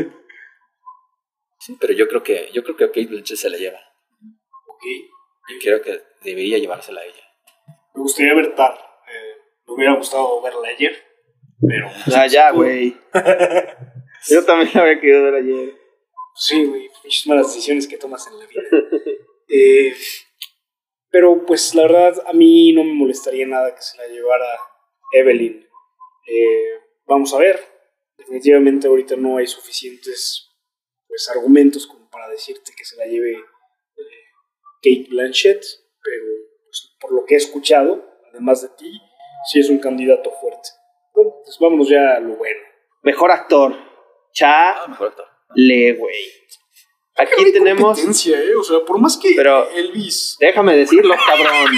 Sí, pero yo creo que yo creo que a Cate Blanchett se la lleva. Ok. Y creo que debería llevársela a ella. Me gustaría ver Tar. Eh, me hubiera gustado verla ayer. Pero. Ah, ya, güey. Yo también la había querido ver ayer. Sí, güey. Muchas malas decisiones que tomas en la vida. Eh, pero, pues, la verdad, a mí no me molestaría nada que se la llevara Evelyn. Eh, vamos a ver. Definitivamente, ahorita no hay suficientes pues, argumentos como para decirte que se la lleve eh, Cate Blanchett. Pero, pues, por lo que he escuchado, además de ti, sí es un candidato fuerte. Bueno, pues vámonos ya a lo bueno. Mejor actor. Ah, mejor actor. Chale, güey. Aquí Hay tenemos... competencia, ¿eh? O sea, por más que Pero- Elvis... Déjame decirlo, cabrón.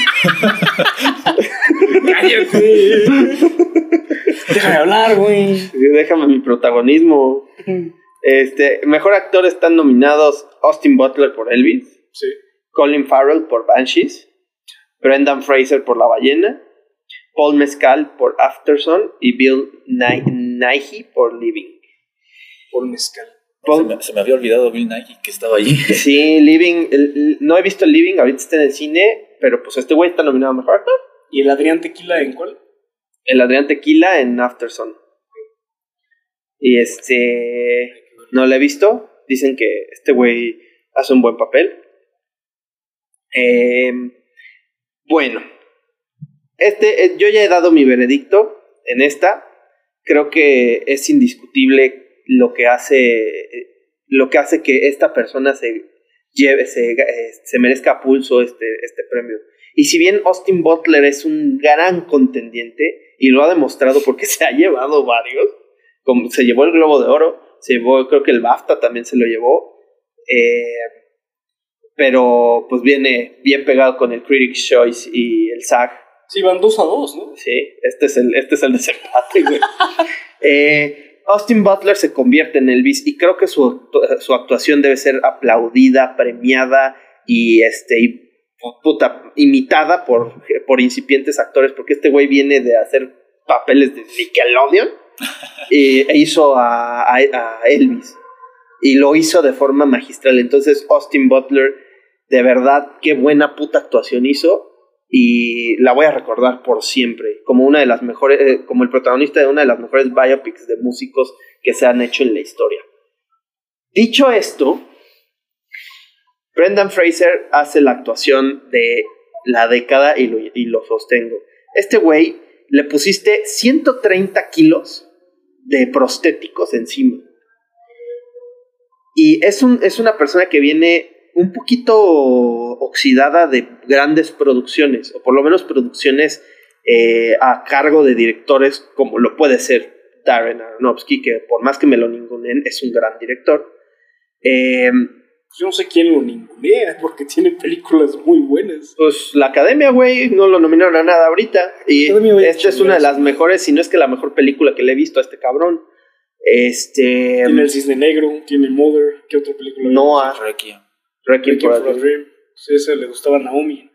¡Cállate! Déjame hablar, güey. Déjame mi protagonismo. Este, mejor actor están nominados Austin Butler por Elvis, Sí. Colin Farrell por Banshees, Brendan Fraser por La Ballena, Paul Mescal por Aftersun y Bill Nighy Nighy por Living. Por mezcal. Paul- Se me, se me había olvidado Bill Nighy que estaba allí. Sí, Living, el- el- no he visto el Living, ahorita está en el cine, pero pues este güey está nominado a mejor actor. ¿Y el Adrián Tequila en cuál? El Adrián Tequila en Aftersun. Y este... No lo he visto. Dicen que este güey hace un buen papel. Eh, bueno. Este, eh, yo ya he dado mi veredicto en esta. Creo que es indiscutible lo que hace... eh, Lo que hace que esta persona se lleve, se, eh, se merezca a pulso este, este premio. Y si bien Austin Butler es un gran contendiente, y lo ha demostrado porque se ha llevado varios, como se llevó el Globo de Oro, se llevó, creo que el BAFTA también se lo llevó, eh, pero pues viene bien pegado con el Critics' Choice y el SAG. Sí, van dos a dos, ¿no? Sí, este es el, este es el desempate, güey. eh, Austin Butler se convierte en Elvis y creo que su, actu- su actuación debe ser aplaudida, premiada y este y, puta, imitada por, por incipientes actores, porque este güey viene de hacer papeles de Nickelodeon y, e hizo a, a, a Elvis y lo hizo de forma magistral. Entonces Austin Butler, de verdad, qué buena puta actuación hizo. Y la voy a recordar por siempre como una de las mejores, eh, como el protagonista de una de las mejores biopics de músicos que se han hecho en la historia. Dicho esto, Brendan Fraser hace la actuación de la década y lo, y lo sostengo. Este güey le pusiste ciento treinta kilos de prostéticos encima. Y es, un, es una persona que viene un poquito oxidada de grandes producciones, o por lo menos producciones eh, a cargo de directores como lo puede ser Darren Aronofsky, que por más que me lo ninguneen, es un gran director. Eh, Yo no sé quién lo ningunea, porque tiene películas muy buenas. pues la Academia, güey, no lo nominaron a nada ahorita. Y Academia, güey, esta es una de las mejores, si no es que la mejor película que le he visto a este cabrón. Este... Tiene El Cisne Negro, tiene Mother, ¿qué otra película? Noah, Requiem. Requiem Requiem for a for a Dream. Dream. Sí, esa le gustaba a Naomi.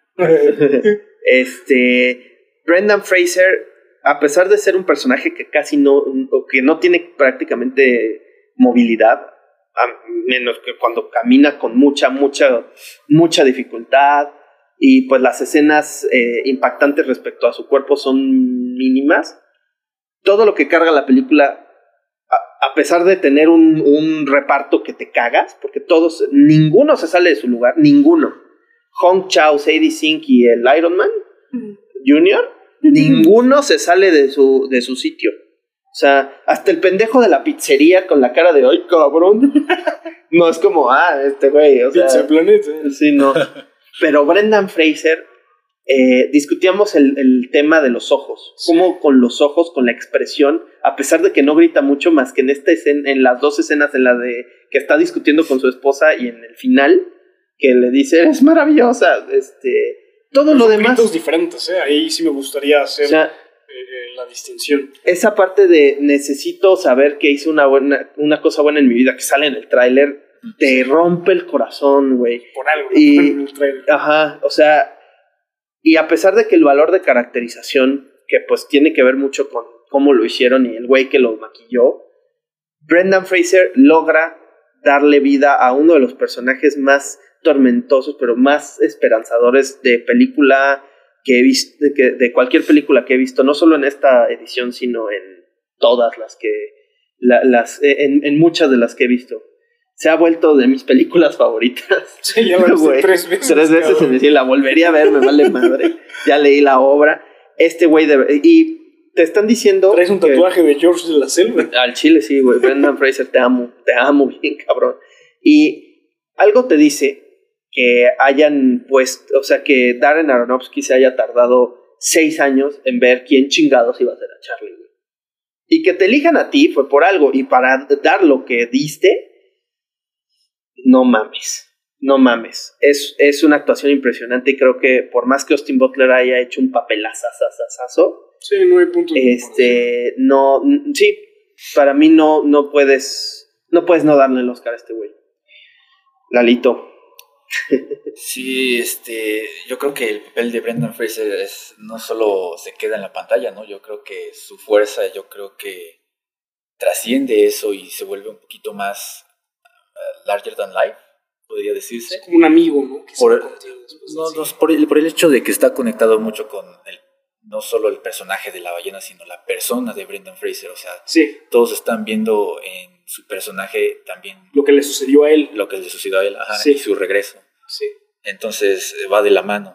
Este, Brendan Fraser, a pesar de ser un personaje que casi no, o que no tiene prácticamente movilidad, a menos que cuando camina con mucha, mucha, mucha dificultad, y pues las escenas eh, impactantes respecto a su cuerpo son mínimas, todo lo que carga la película, a, a pesar de tener un, un reparto que te cagas, porque todos, ninguno se sale de su lugar, ninguno. Hong Chau, Sadie Sink y el Iron Man Junior, ninguno se sale de su, de su sitio. O sea, hasta el pendejo de la pizzería con la cara de ¡ay, cabrón! No es como, ah, este güey, o sea... Pizza Planeta. Sí, no. Pero Brendan Fraser, eh, discutíamos el, el tema de los ojos. Sí. Cómo con los ojos, con la expresión, a pesar de que no grita mucho más que en esta escena, en las dos escenas, en la de que está discutiendo con su esposa y en el final, que le dice, eres maravillosa, este... Todo lo Son demás... gritos diferentes, ¿eh? Ahí sí me gustaría hacer O sea, eh, la distinción. esa parte de necesito saber que hice una buena, una cosa buena en mi vida, que sale en el tráiler, te rompe el corazón, güey. Por algo. Y- En el trailer. Ajá, o sea, y a pesar de que el valor de caracterización, que pues tiene que ver mucho con cómo lo hicieron y el güey que lo maquilló, Brendan Fraser logra darle vida a uno de los personajes más tormentosos, pero más esperanzadores de película que he visto, de, que, de cualquier película que he visto, no solo en esta edición, sino en todas las que, la, las, en, en muchas de las que he visto. Se ha vuelto de mis películas favoritas. Sí, ya la viste Güey, tres veces. Tres veces cabrón. en decir, la volvería a ver, me vale madre. Ya leí la obra. Este güey de... Y te están diciendo... Traes un que- tatuaje de George de la Selva. al chile sí, güey. Brendan Fraser, te amo. Te amo bien, cabrón. Y algo te dice que hayan puesto... O sea, que Darren Aronofsky se haya tardado seis años en ver quién chingados iba a ser a Charlie, güey. Y que te elijan a ti fue por algo. Y para dar lo que diste, no mames. No mames. Es, es una actuación impresionante. Y creo que por más que Austin Butler haya hecho un papelazazazazo, sí, no hay puntos de este, no, n- sí, para mí no, no puedes, no puedes no darle el Oscar a este güey. Lalito. Sí, este, yo creo que el papel de Brendan Fraser es, no solo se queda en la pantalla, ¿no? Yo creo que su fuerza, yo creo que trasciende eso y se vuelve un poquito más uh, larger than life, podría decirse. Es como un amigo, ¿no? Que Por, se va contigo después no, de no, sí. por, el, por el hecho de que está conectado mucho con el, no solo el personaje de la ballena, sino la persona de Brendan Fraser. O sea, Sí, todos están viendo en su personaje también lo que le sucedió a él. lo que le sucedió a él, ajá, Sí. y su regreso. Sí. Entonces eh, va de la mano.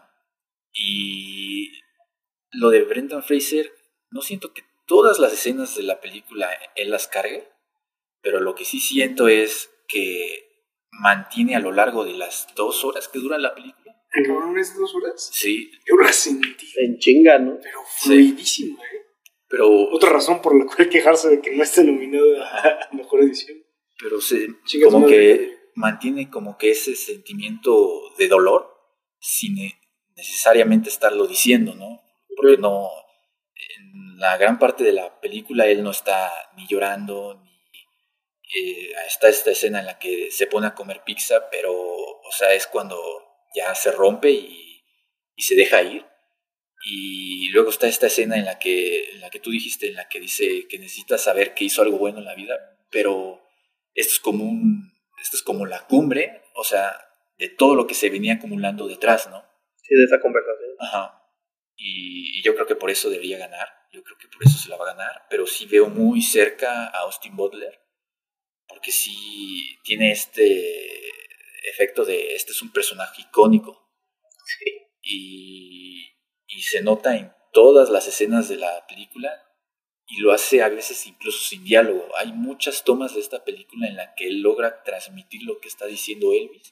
Y lo de Brendan Fraser, no siento que todas las escenas de la película él las cargue, pero lo que sí siento es que mantiene a lo largo de las dos horas que dura la película. ¿Acabaron esas dos horas? Sí, Yo la sentí, En chinga, ¿no? pero fluidísima, ¿eh? pero, Otra razón por la cual quejarse de que no esté nominada a mejor edición. pero se, Chinga su como madre. que mantiene como que ese sentimiento de dolor sin ne- necesariamente estarlo diciendo, ¿no? Porque no, en la gran parte de la película él no está ni llorando, ni eh, está esta escena en la que se pone a comer pizza, pero, o sea, es cuando ya se rompe y, y se deja ir. Y luego está esta escena en la que, en la que tú dijiste, en la que dice que necesita saber que hizo algo bueno en la vida, pero esto es como un, esto es como la cumbre, o sea, de todo lo que se venía acumulando detrás, ¿no? Sí, de esa conversación. Ajá. Y, y yo creo que por eso debería ganar, yo creo que por eso se la va a ganar, pero sí veo muy cerca a Austin Butler, porque sí tiene este efecto de, este es un personaje icónico. Sí. Y, y se nota en todas las escenas de la película y lo hace a veces incluso sin diálogo. Hay muchas tomas de esta película en la que él logra transmitir lo que está diciendo Elvis,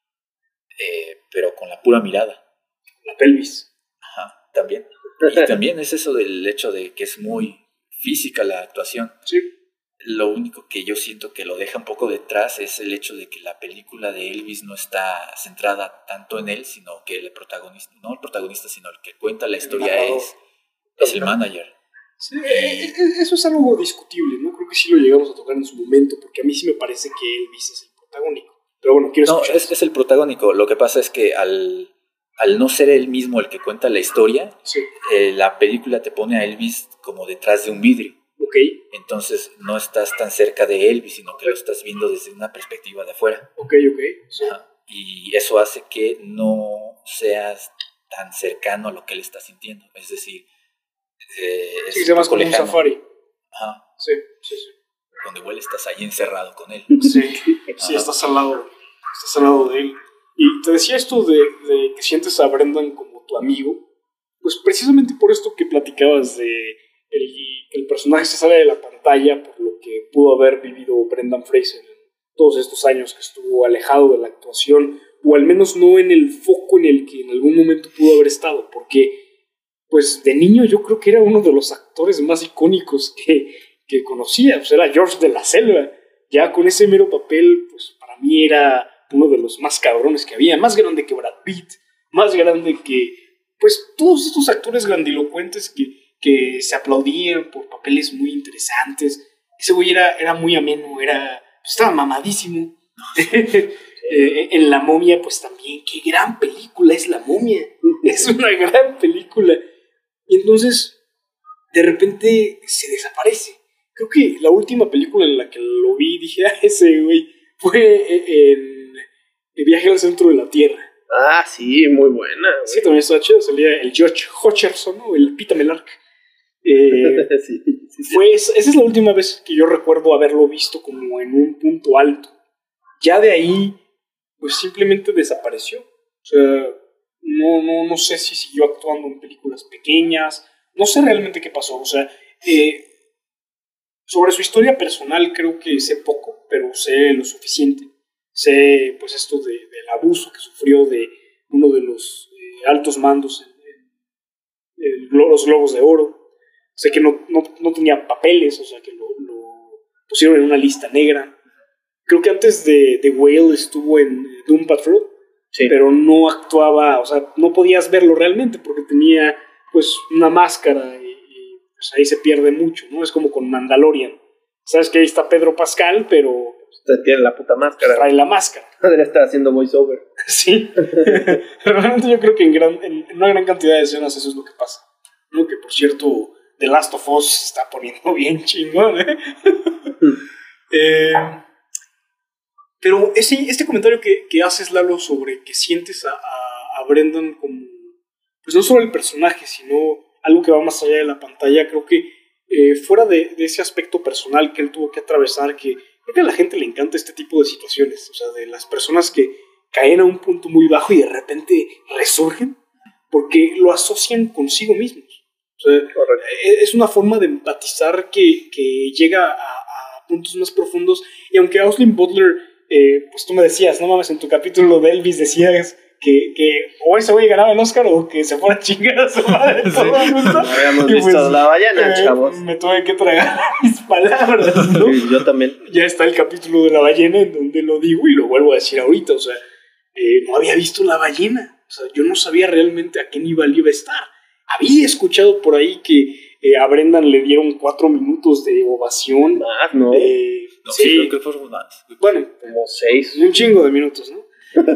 eh, pero con la pura mirada. La pelvis. Ajá, también. Y también es eso del hecho de que es muy física la actuación. Sí. Lo único que yo siento que lo deja un poco detrás es el hecho de que la película de Elvis no está centrada tanto en él, sino que el protagonista, no el protagonista, sino el que cuenta la historia narrador. es, es el manager. Sí, eh, eh, eso es algo discutible, ¿no? Creo que sí lo llegamos a tocar en su momento, porque a mí sí me parece que Elvis es el protagónico. Pero bueno, quiero No, escuchar. es, es el protagónico. Lo que pasa es que al, al no ser él mismo el que cuenta la historia, Sí, eh, la película te pone a Elvis como detrás de un vidrio. ok. Entonces no estás tan cerca de Elvis, sino que lo estás viendo desde una perspectiva de afuera. Ok, ok. Sí. Ajá. Y eso hace que no seas tan cercano a lo que él está sintiendo. Es decir, eh, es Sí, se llama un poco como un lejano. safari. Ajá. Sí, sí, sí. Donde igual estás ahí encerrado con él. Sí, sí, Ajá. estás al lado, estás al lado de él. Y te decía esto de, de que sientes a Brendan como tu amigo, pues precisamente por esto que platicabas de el, que el personaje se sale de la pantalla por lo que pudo haber vivido Brendan Fraser en todos estos años que estuvo alejado de la actuación, o al menos no en el foco en el que en algún momento pudo haber estado, porque pues de niño yo creo que era uno de los actores más icónicos que, que conocía, pues era George de la Selva. Ya con ese mero papel, pues para mí era uno de los más cabrones que había, más grande que Brad Pitt, más grande que, pues, todos estos actores grandilocuentes que, que se aplaudían por papeles muy interesantes. Ese güey era, era muy ameno, era, pues, estaba mamadísimo. eh, en La Momia, pues también, qué gran película es La Momia, es una gran película. Y entonces, de repente, se desaparece. Creo que la última película en la que lo vi, dije, ah, ese güey, fue en El viaje al centro de la Tierra. Ah, sí, muy buena. Güey. Sí, también estaba chido, salía el George Hutcherson, ¿no? El Pita Melark. Eh, sí, sí, sí. fue esa, esa es la última vez que yo recuerdo haberlo visto como en un punto alto. Ya de ahí, pues simplemente desapareció. O sea, no, no, no sé si siguió actuando en películas pequeñas, no sé realmente qué pasó. O sea, eh, sobre su historia personal creo que sé poco, pero sé lo suficiente. Sé, pues, esto de, del abuso que sufrió de uno de los eh, altos mandos en, en, en los Globos de Oro. sé que no, no, no tenía papeles, o sea, que lo, lo pusieron en una lista negra. Creo que antes de, de Whale estuvo en Doom Patrol, sí. Pero no actuaba, o sea, no podías verlo realmente porque tenía pues una máscara y, y pues ahí se pierde mucho, ¿no? Es como con Mandalorian. Sabes que ahí está Pedro Pascal, pero usted tiene la puta máscara. Trae la máscara. Debería estar haciendo voiceover. Sí. Realmente yo creo que en, gran, en una gran cantidad de escenas eso es lo que pasa. ¿No? Que por cierto, The Last of Us se está poniendo bien chingón, ¿eh? eh pero ese, este comentario que, que haces, Lalo, sobre que sientes a, a, a Brendan como, pues no solo el personaje, sino algo que va más allá de la pantalla, creo que eh, fuera de, de ese aspecto personal que él tuvo que atravesar, que creo que a la gente le encanta este tipo de situaciones, o sea, de las personas que caen a un punto muy bajo y de repente resurgen, porque lo asocian consigo mismos. O sea, es una forma de empatizar que, que llega a, a puntos más profundos, y aunque Austin Butler, eh, pues tú me decías, no mames, en tu capítulo de Elvis decías que, que o ese güey ganaba el Oscar o que se fuera a chingar a su madre. Sí. Todo el mundo. No habíamos y visto pues, La Ballena, eh, chavos. Me tuve que tragar mis palabras, ¿no? Sí, yo también. Ya está el capítulo de La Ballena en donde lo digo y lo vuelvo a decir ahorita, o sea, eh, no había visto La Ballena, o sea, yo no sabía realmente a qué nivel iba a estar. Había escuchado por ahí que eh, a Brendan le dieron cuatro minutos de ovación. Más, ¿no? Eh, no sí, sí, creo que fueron más. Bueno, como seis. Un chingo de minutos, ¿no?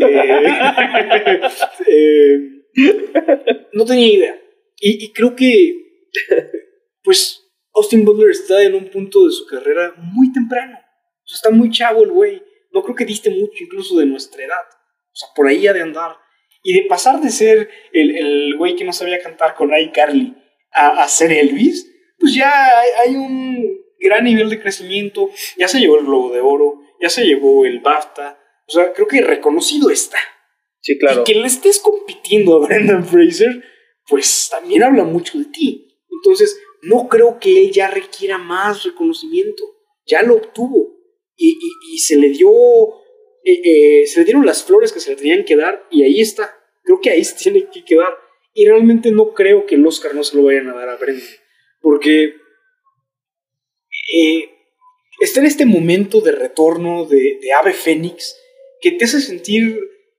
eh, eh, no tenía idea. Y, y creo que, pues, Austin Butler está en un punto de su carrera muy temprano. O sea, está muy chavo el güey. No creo que diste mucho incluso de nuestra edad. O sea, por ahí ha de andar. Y de pasar de ser el, el güey que no sabía cantar con iCarly a, a ser Elvis, pues ya hay, hay un gran nivel de crecimiento. Ya se llevó el Globo de Oro, ya se llevó el BAFTA. O sea, creo que reconocido está. Sí, claro. Y que le estés compitiendo a Brendan Fraser, pues también habla mucho de ti. Entonces, no creo que él ya requiera más reconocimiento. Ya lo obtuvo. Y, y, y se le dio... Eh, eh, se le dieron las flores que se le tenían que dar y ahí está. Creo que ahí se tiene que quedar. Y realmente no creo que el Oscar no se lo vayan a dar a Brendan. Porque... Eh, está en este momento de retorno de, de ave fénix que te hace sentir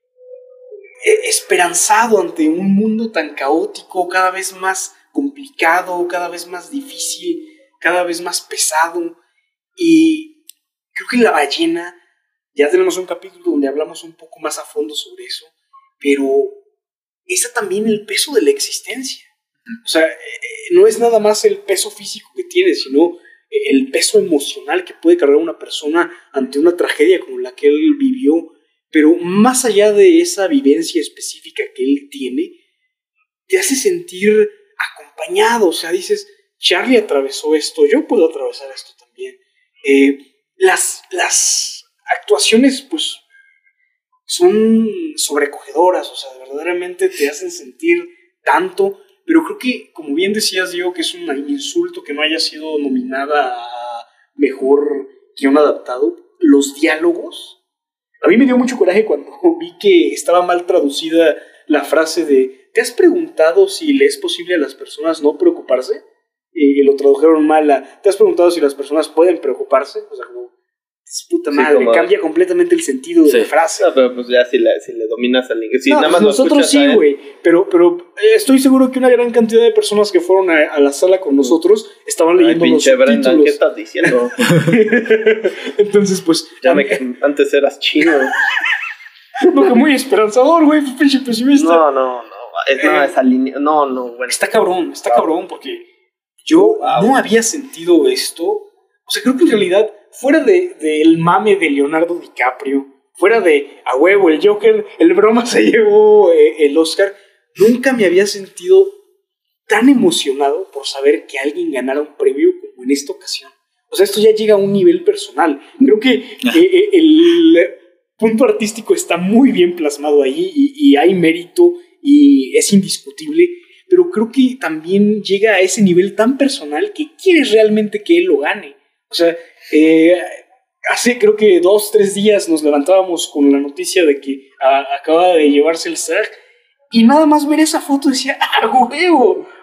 esperanzado ante un mundo tan caótico, cada vez más complicado, cada vez más difícil, cada vez más pesado. Y creo que La Ballena, ya tenemos un capítulo donde hablamos un poco más a fondo sobre eso, pero está también el peso de la existencia. O sea, no es nada más el peso físico que tiene, sino el peso emocional que puede cargar una persona ante una tragedia como la que él vivió. Pero más allá de esa vivencia específica que él tiene, te hace sentir acompañado. O sea, dices, Charlie atravesó esto, yo puedo atravesar esto también. Eh, las, las actuaciones, pues, son sobrecogedoras. O sea, verdaderamente te hacen sentir tanto. Pero creo que, como bien decías, Diego, que es un insulto que no haya sido nominada a Mejor Guión Adaptado. Los diálogos... A mí me dio mucho coraje cuando vi que estaba mal traducida la frase de ¿te has preguntado si le es posible a las personas no preocuparse? Y lo tradujeron mal a ¿te has preguntado si las personas pueden preocuparse? O sea, como, es puta madre, sí, como... cambia completamente el sentido sí. de la frase. No, pero pues ya si, la, si le dominas al inglés. Si no, nada pues más nosotros sí, güey. Pero, pero estoy seguro que una gran cantidad de personas que fueron a, a la sala con nosotros estaban leyendo Ay, los subtítulos. Brendan, ¿qué estás diciendo? Entonces, pues... Ya me, antes eras chino. No, que muy esperanzador, güey, pinche pesimista. No, no, no. Es, no, eh, esa línea... No, no, bueno. Está cabrón, está wow. cabrón, porque yo wow. no había sentido esto. O sea, creo que en realidad... Fuera de, de el mame de Leonardo DiCaprio, fuera de a huevo, el Joker, el broma se llevó eh, el Oscar, nunca me había sentido tan emocionado por saber que alguien ganara un premio como en esta ocasión. O sea, esto ya llega a un nivel personal. Creo que eh, eh, el punto artístico está muy bien plasmado ahí y, y hay mérito y es indiscutible, pero creo que también llega a ese nivel tan personal que quieres realmente que él lo gane. O sea, eh, hace creo que dos, tres días nos levantábamos con la noticia de que a, acaba de llevarse el S A G y nada más ver esa foto decía, ¡ah, huevo! O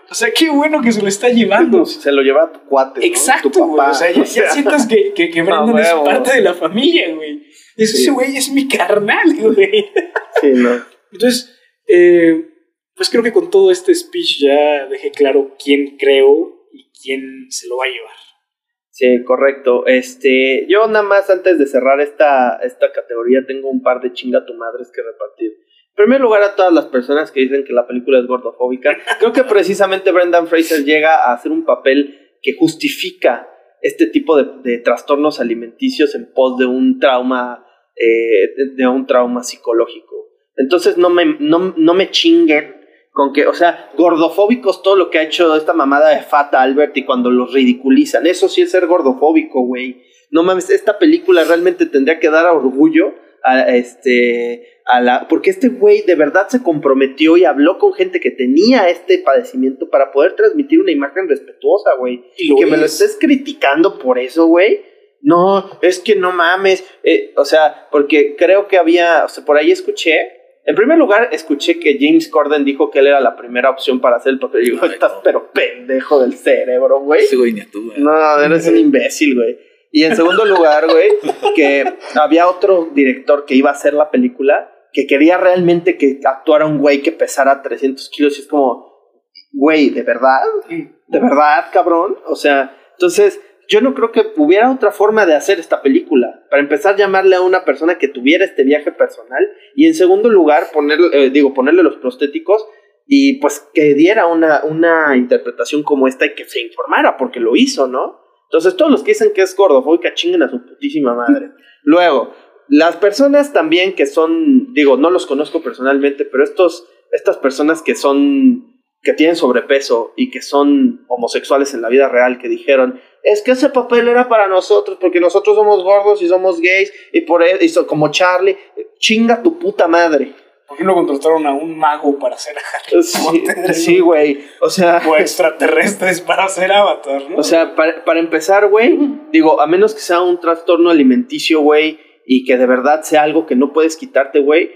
O sea, qué bueno que se lo está llevando. Se lo lleva a tu cuate, exacto, ¿no? Tu papá. güey. O sea, ya, ya sientas que, que, que Brendan no, es huevo. parte de la familia, güey. Ese Sí. güey es mi carnal, güey. Sí, no. Entonces, eh, pues creo que con todo este speech ya dejé claro quién creo y quién se lo va a llevar. Sí, correcto. Este, yo nada más antes de cerrar esta, esta categoría tengo un par de chinga tu madres que repartir. En primer lugar, a todas las personas que dicen que la película es gordofóbica, creo que precisamente Brendan Fraser llega a hacer un papel que justifica este tipo de, de trastornos alimenticios en pos de un trauma, eh, de, de un trauma psicológico. Entonces no me, no, no me chinguen con que, o sea, gordofóbicos todo lo que ha hecho esta mamada de Fat Albert y cuando los ridiculizan, eso sí es ser gordofóbico, güey. No mames, esta película realmente tendría que dar orgullo a este a la porque este güey de verdad se comprometió y habló con gente que tenía este padecimiento para poder transmitir una imagen respetuosa, güey. Y lo que me es. lo estés criticando por eso, güey. No, es que no mames, eh, o sea, porque creo que había, o sea, por ahí escuché. En primer lugar, escuché que James Corden dijo que él era la primera opción para hacer el papel. Y digo, Ay, estás no. pero pendejo del cerebro, güey. Ese güey ni actúa. No, eres un imbécil, güey. Y en segundo lugar, güey, que había otro director que iba a hacer la película que quería realmente que actuara un güey que pesara trescientos kilos. Y es como, güey, ¿de verdad? ¿De verdad, cabrón? O sea, entonces... Yo no creo que hubiera otra forma de hacer esta película. Para empezar, llamarle a una persona que tuviera este viaje personal. Y en segundo lugar, ponerle, eh, digo, ponerle los prostéticos. Y pues que diera una, una interpretación como esta y que se informara, porque lo hizo, ¿no? Entonces, todos los que dicen que es gordofóbica chinguen a su putísima madre. Luego, las personas también que son, digo, no los conozco personalmente, pero estos, estas personas que son... que tienen sobrepeso y que son homosexuales en la vida real, que dijeron, es que ese papel era para nosotros, porque nosotros somos gordos y somos gays, y por eso, y so, como Charlie, chinga tu puta madre. ¿Por qué no contrataron a un mago para hacer a Harry Sí, Potter? sí, güey, o sea... O extraterrestres para hacer Avatar, ¿no? O sea, para, para empezar, güey, digo, a menos que sea un trastorno alimenticio, güey, y que de verdad sea algo que no puedes quitarte, güey,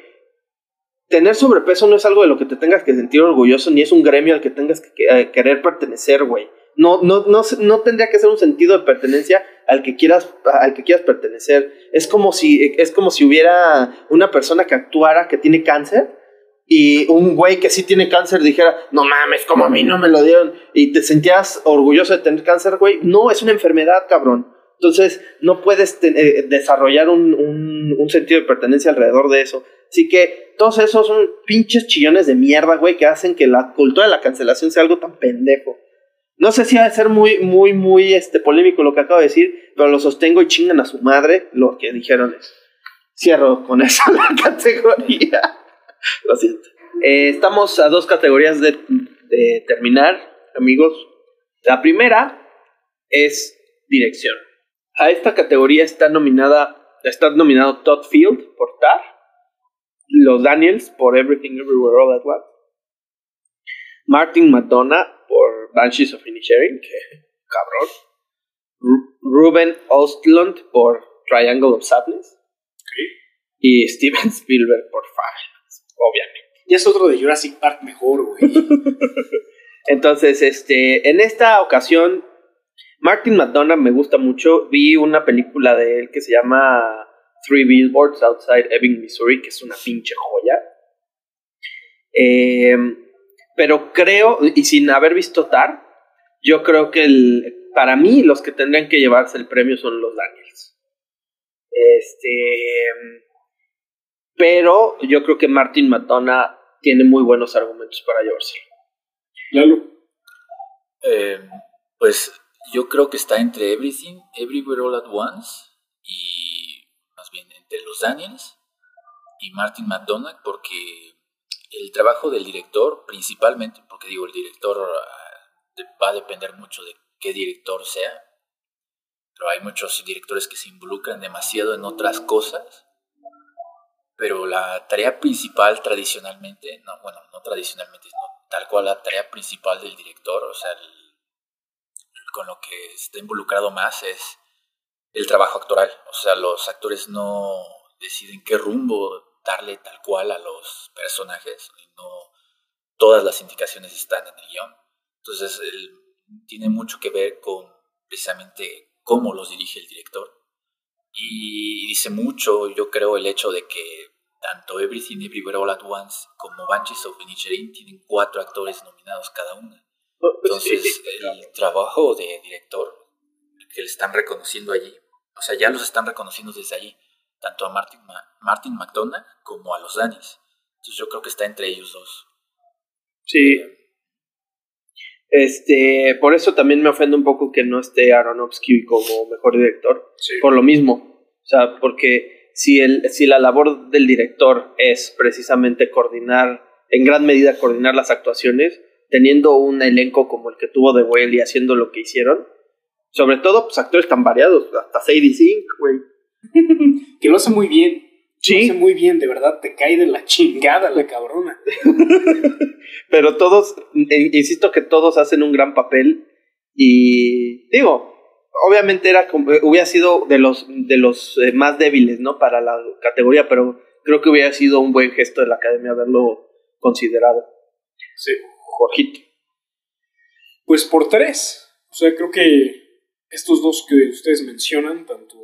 tener sobrepeso no es algo de lo que te tengas que sentir orgulloso, ni es un gremio al que tengas que, que eh, querer pertenecer, güey. No, no, no, no tendría que ser un sentido de pertenencia al que quieras, al que quieras pertenecer. Es como si, es como si hubiera una persona que actuara que tiene cáncer y un güey que sí tiene cáncer dijera, no mames, como a mí no me lo dieron, y te sentías orgulloso de tener cáncer, güey. No, es una enfermedad, cabrón. Entonces no puedes te, eh, desarrollar un, un, un sentido de pertenencia alrededor de eso. Así que todos esos son pinches chillones de mierda, güey, que hacen que la cultura de la cancelación sea algo tan pendejo. No sé si va a ser muy, muy, muy este, polémico lo que acabo de decir, pero lo sostengo y chingan a su madre lo que dijeron eso. Cierro con eso la categoría. Lo siento. Eh, estamos a dos categorías de, de terminar, amigos. La primera es dirección. A esta categoría está nominada, está nominado Todd Field por Tar, los Daniels por Everything Everywhere All at Once, Martin McDonagh por Banshees of Inisherin, que cabrón, Ru- Ruben Östlund por Triangle of Sadness, Okay. y Steven Spielberg por Fabelous, obviamente. Ya es otro de Jurassic Park mejor, güey. Entonces, este, en esta ocasión, Martin McDonagh me gusta mucho. Vi una película de él que se llama Three Billboards Outside Ebbing, Missouri, que es una pinche joya. Eh, pero creo, y sin haber visto Tar, yo creo que el, para mí los que tendrían que llevarse el premio son los Daniels. Este, pero yo creo que Martin McDonagh tiene muy buenos argumentos para llevárselo. Lalo. Eh, pues yo creo que está entre Everything, Everywhere All at Once y más bien entre los Daniels y Martin McDonagh, porque el trabajo del director, principalmente, porque digo, el director uh, va a depender mucho de qué director sea, pero hay muchos directores que se involucran demasiado en otras cosas, pero la tarea principal tradicionalmente, no, bueno, no tradicionalmente, no, tal cual la tarea principal del director, o sea, el, con lo que está involucrado más es el trabajo actoral. O sea, los actores no deciden qué rumbo darle tal cual a los personajes y no todas las indicaciones están en el guión. Entonces, él tiene mucho que ver con precisamente cómo los dirige el director. Y dice mucho, yo creo, el hecho de que tanto Everything Everywhere All at Once como Banshees of Inisherin tienen cuatro actores nominados cada una. Entonces, el trabajo de director que le están reconociendo allí, o sea, ya los están reconociendo desde allí, tanto a Martin, Ma- Martin McDonagh como a los Daniels. Entonces, yo creo que está entre ellos dos. Sí. Este, por eso también me ofende un poco que no esté Aronofsky como mejor director. Sí. Por lo mismo. O sea, porque si, el, si la labor del director es precisamente coordinar, en gran medida coordinar las actuaciones, teniendo un elenco como el que tuvo The Whale y haciendo lo que hicieron, sobre todo, pues actores tan variados, hasta Sadie Sink, güey. Que lo hace muy bien. Sí. Lo hace muy bien, de verdad, te cae de la chingada la cabrona. Pero todos, eh, insisto que todos hacen un gran papel y digo, obviamente era como- hubiera sido de los de los eh, más débiles, ¿no? Para la categoría, pero creo que hubiera sido un buen gesto de la academia haberlo considerado. Sí. Jorgito. Pues por tres. O sea, creo que estos dos que ustedes mencionan, tanto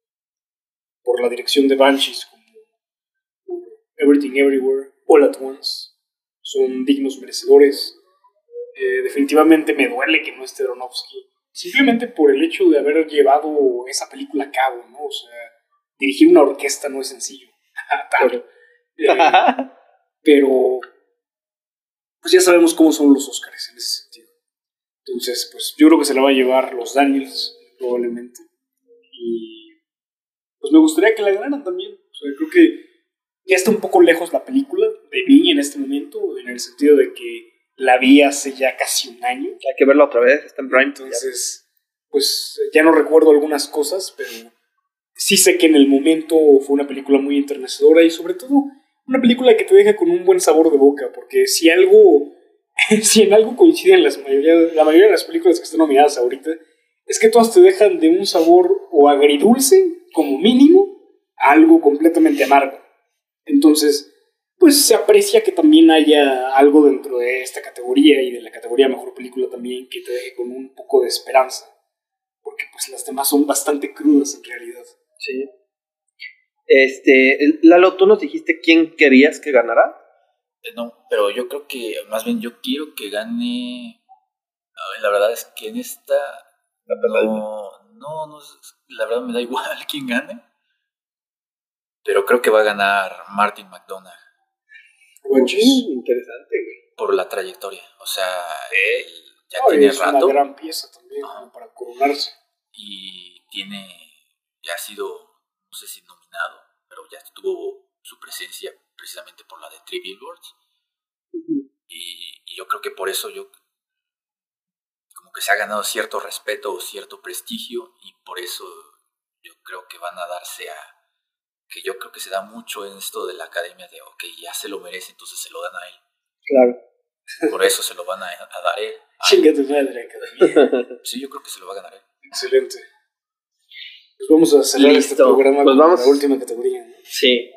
por la dirección de Banshees como por Everything Everywhere All at Once, son dignos merecedores. Eh, definitivamente me duele que no esté Aronofsky, simplemente por el hecho de haber llevado esa película a cabo, ¿no? O sea, dirigir una orquesta no es sencillo. Tal. Eh, pero pues ya sabemos cómo son los Oscars en ese sentido. Entonces, pues yo creo que se la va a llevar los Daniels, probablemente. Y pues me gustaría que la ganaran también. O sea, creo que ya está un poco lejos la película de mí en este momento, en el sentido de que la vi hace ya casi un año. Hay que verla otra vez, está en Prime. Entonces, pues ya no recuerdo algunas cosas, pero sí sé que en el momento fue una película muy enternecedora y sobre todo una película que te deja con un buen sabor de boca, porque si algo, si en algo coinciden las mayoría, la mayoría de las películas que están nominadas ahorita, es que todas te dejan de un sabor o agridulce, como mínimo, a algo completamente amargo. Entonces, pues se aprecia que también haya algo dentro de esta categoría y de la categoría Mejor Película también que te deje con un poco de esperanza, porque pues las demás son bastante crudas en realidad. Sí. Este, Lalo, ¿tú nos dijiste quién querías que ganara? Eh, no, pero yo creo que, más bien yo quiero que gane. A ver, la verdad es que en esta no, no, no, la verdad me da igual quién gane, pero creo que va a ganar Martin McDonagh Banshees. Mm, interesante, güey. por la trayectoria. O sea, él ya Oh, tiene es rato una gran pieza también, como para coronarse. y tiene, ya ha sido, no sé si nominado, pero ya tuvo su presencia precisamente por la de Three Billboards. Y, y yo creo que por eso yo como que se ha ganado cierto respeto o cierto prestigio, y por eso yo creo que van a darse a, que yo creo que se da mucho en esto de la academia de, ok, ya se lo merece, entonces se lo dan a él. Claro. Por eso se lo van a, a dar él. a Chinga él. tu madre, academia. Sí, yo creo que se lo va a ganar él. Excelente. Pues vamos a cerrar Listo. este programa Pues con vamos. la última categoría, ¿no? Sí.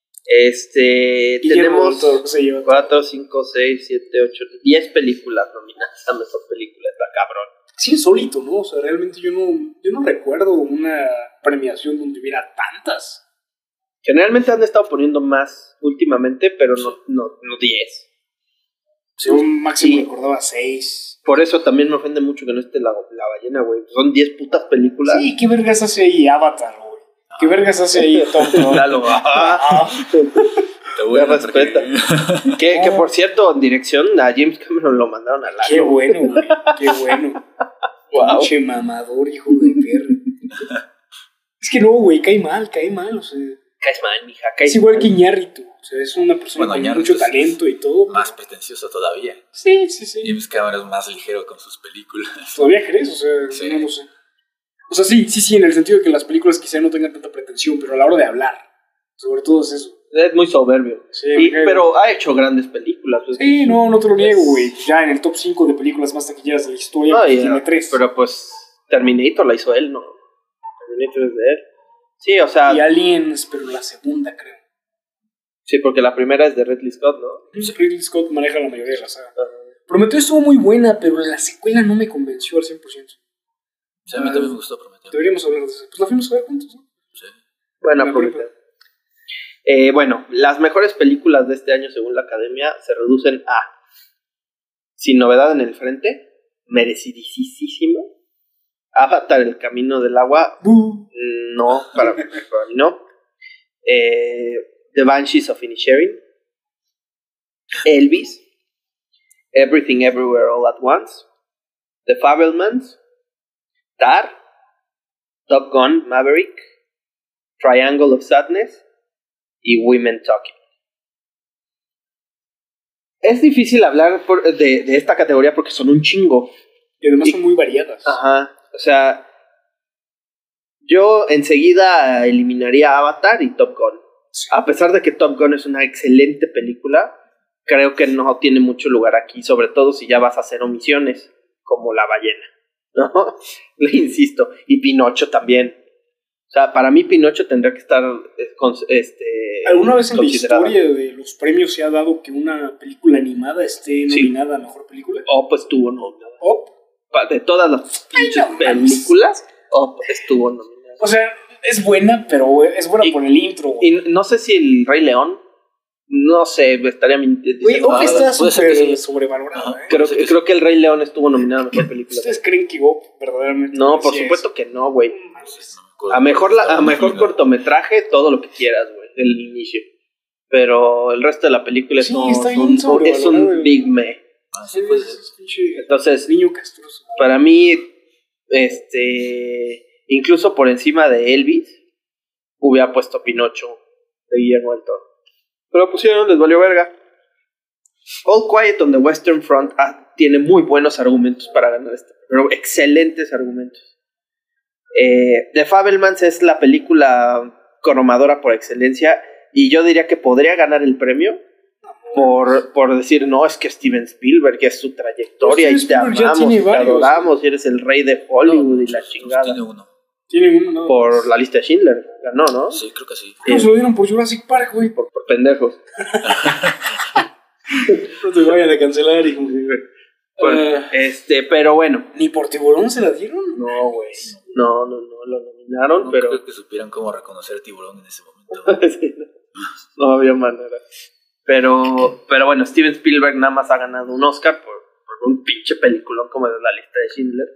Este, Guillermo tenemos del Toro se lleva cuatro, cinco, seis, siete, ocho, diez películas nominadas a mejor película. Está cabrón. Sí, insólito, ¿no? O sea, realmente yo no, yo no recuerdo una premiación donde hubiera tantas. Generalmente han estado poniendo más últimamente, pero no, no, no diez. Yo máximo Sí. recordaba seis. Por eso también me ofende mucho que no esté la, la ballena, güey. Son diez putas películas. Sí, ¿qué vergas hace ahí Avatar, güey? ¿Qué vergas hace ahí Tom Cruise? Lalo, ajá. Te voy a Me respeta. que, que por cierto, en dirección a James Cameron lo mandaron a Lalo. Qué bueno, güey. Qué bueno. Wow. Pinche mamador, hijo de perra. Es que no, güey, cae mal, cae mal, o sea. Caes mal, mija. Caes Es igual mal. que Iñárritu. O sea, es una persona Bueno, con Iñárritu mucho es talento y todo. Más pretencioso todavía. Sí, sí, sí. James Cameron es más ligero con sus películas. ¿Todavía crees? O sea, Sí. no lo sé. O sea, sí, sí, sí, en el sentido de que las películas quizá no tengan tanta pretensión, pero a la hora de hablar, sobre todo es eso. Es muy soberbio. Sí, Y- me cae, pero ha hecho grandes películas. Pues. Sí, no, no te lo niego, güey. Ya en el top cinco de películas más taquilleras de la historia, No, pues, y- tiene tres. Pero pues Terminator la hizo él, ¿no? Terminator es de él. Sí, o sea, Y Aliens, pero la segunda, creo. sí, porque la primera es de Ridley Scott, ¿no? Ridley Scott maneja la mayoría de la saga. Prometeo estuvo muy buena, pero la secuela no me convenció al cien por ciento. O sea, a mí también me gustó Prometeo. Deberíamos hablar de eso. Pues la fuimos a ver juntos, ¿no? Sí. Bueno, La Prometeo. Eh, bueno, las mejores películas de este año, según la Academia, se reducen a Sin Novedad en el Frente, merecidísima. Avatar, El Camino del Agua, Uh. no, para, para mí no. Eh, The Banshees of Inisherin, Elvis, Everything Everywhere All at Once, The Fabelmans, Tar, Top Gun Maverick, Triangle of Sadness y Women Talking. Es difícil hablar por, de, de esta categoría porque son un chingo. Y además Y- son muy variadas. Ajá, o sea, yo enseguida eliminaría Avatar y Top Gun. Sí. A pesar de que Top Gun es una excelente película, creo que no tiene mucho lugar aquí, sobre todo si ya vas a hacer omisiones, como La Ballena, ¿no? Le insisto, y Pinocho también. O sea, para mí Pinocho tendría que estar eh, con- este, ¿Alguna vez en la considerada. historia de los premios se ha dado que una película animada esté Sí. nominada a mejor película? Up estuvo nominada. Up. Pa- De todas las Ay, pinches no mames. películas, Up estuvo nominada. O sea, es buena, pero es buena Y- por el intro. güey. Y no sé si el Rey León, no sé, estaría mintiendo. Güey, Up Ah, está puede ser que súper sí. sobrevalorada. Ajá. ¿eh? Creo, Sí, que creo que el Rey León estuvo nominado a mejor película. ¿Ustedes creen que Up verdaderamente? No, por merecía supuesto que no, güey. eso? No mames. No me acuerdo. A mejor la, a Estaba mejor nominado. cortometraje, todo lo que quieras, güey, del inicio. Pero el resto de la película es, Sí, un- está es bien un, es sobrevalorado, un big me. Ah, Sí, sí, puede es- ser. es pinche Entonces, niño castroso. para mí, este, incluso por encima de Elvis, hubiera puesto Pinocho de Guillermo del Toro. Pero pusieron, les valió verga. All Quiet on the Western Front ah, tiene muy buenos argumentos para ganar este, pero excelentes argumentos. Eh, The Fabelmans es la película cromadora por excelencia y yo diría que podría ganar el premio por, por decir, no, es que Steven Spielberg es su trayectoria Pues y te Steven Spielberg ya amamos, tiene y te varios, adoramos y eres el rey de Hollywood y la Pues chingada. tiene uno. Tiene uno, ¿no? Por la lista de Schindler, ganó, ¿no? Sí, creo que sí. ¿Por qué no se lo dieron por Jurassic Park, güey? Por, por pendejos. No te vayan a cancelar, hijo. Bueno, Ah, este, pero bueno. ¿Ni por Tiburón se la dieron? No, güey. No, no, no, lo nominaron, No pero creo que supieran cómo reconocer tiburón en ese momento. sí, no, no había manera. Pero, pero bueno, Steven Spielberg nada más ha ganado un Oscar por, por un pinche peliculón como de la lista de Schindler.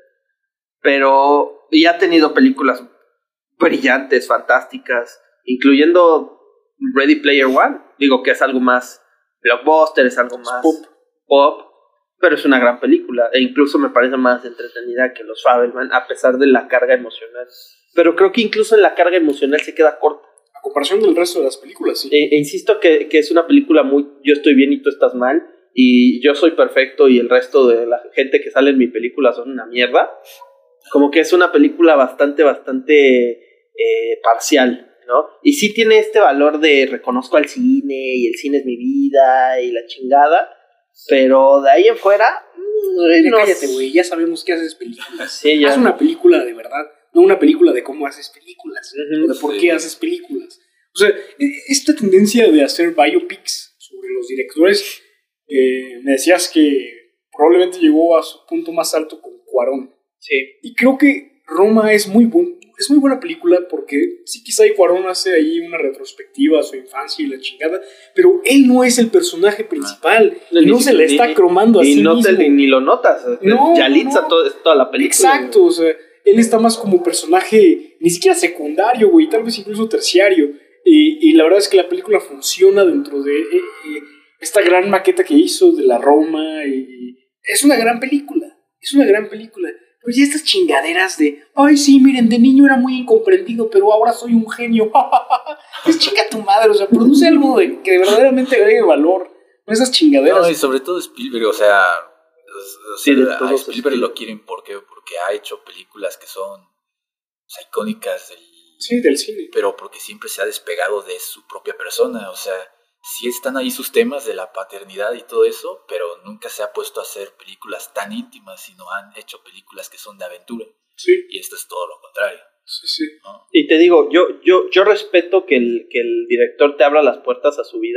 Pero y ha tenido películas brillantes, fantásticas, incluyendo Ready Player One. Digo que es algo más blockbuster, es algo más Pop. pop, pero es una gran película. E incluso me parece más entretenida que Los Fabelman, a pesar de la carga emocional. Pero creo que incluso en la carga emocional se queda corta. A comparación del resto de las películas, sí. E, e insisto que, que es una película muy yo estoy bien y tú estás mal, y yo soy perfecto y el resto de la gente que sale en mi película son una mierda. Como que es una película bastante, bastante eh, parcial, ¿no? Y sí tiene este valor de reconozco al cine y el cine es mi vida y la chingada, pero de ahí en fuera... mm, Ya no cállate, sé. güey, ya sabemos que haces películas. Sí, ya. Haz una película de verdad, no una película de cómo haces películas, Ujú, o de por sí. qué haces películas. O sea, e- esta tendencia de hacer biopics sobre los directores, eh, me decías que probablemente llegó a su punto más alto con Cuarón. Sí. Y creo que Roma es muy, buen, es muy buena película porque sí, quizá y Cuarón hace ahí una retrospectiva a su infancia y la chingada, pero él no es el personaje principal No, y ni no si- se le ni- está ni- cromando a Y sí no mismo. te, ni lo notas. No, Yalitza no. todo, es toda la película. Exacto, o sea, él está más como personaje ni siquiera secundario, güey, tal vez incluso terciario. Y, y la verdad es que la película funciona dentro de eh, eh, esta gran maqueta que hizo de la Roma. Y es una gran película, es una gran película. Pero ya estas chingaderas de, ay, sí, miren, de niño era muy incomprendido, pero ahora soy un genio. Es chica tu madre, o sea, produce algo de, que verdaderamente agregue valor. No esas chingaderas. No, y sobre todo Spielberg, o sea, o Sí, sea, de a todos Spielberg Spielberg. lo quieren ¿por qué? Porque ha hecho películas que son o sea, icónicas, del, Sí, del cine. pero porque siempre se ha despegado de su propia persona, o sea, sí están ahí sus temas de la paternidad y todo eso, pero nunca se ha puesto a hacer películas tan íntimas, sino han hecho películas que son de aventura, Sí, y esto es todo lo contrario, sí, sí. ¿no? Y te digo, yo, yo, yo respeto que el, que el director te abra las puertas a su vida,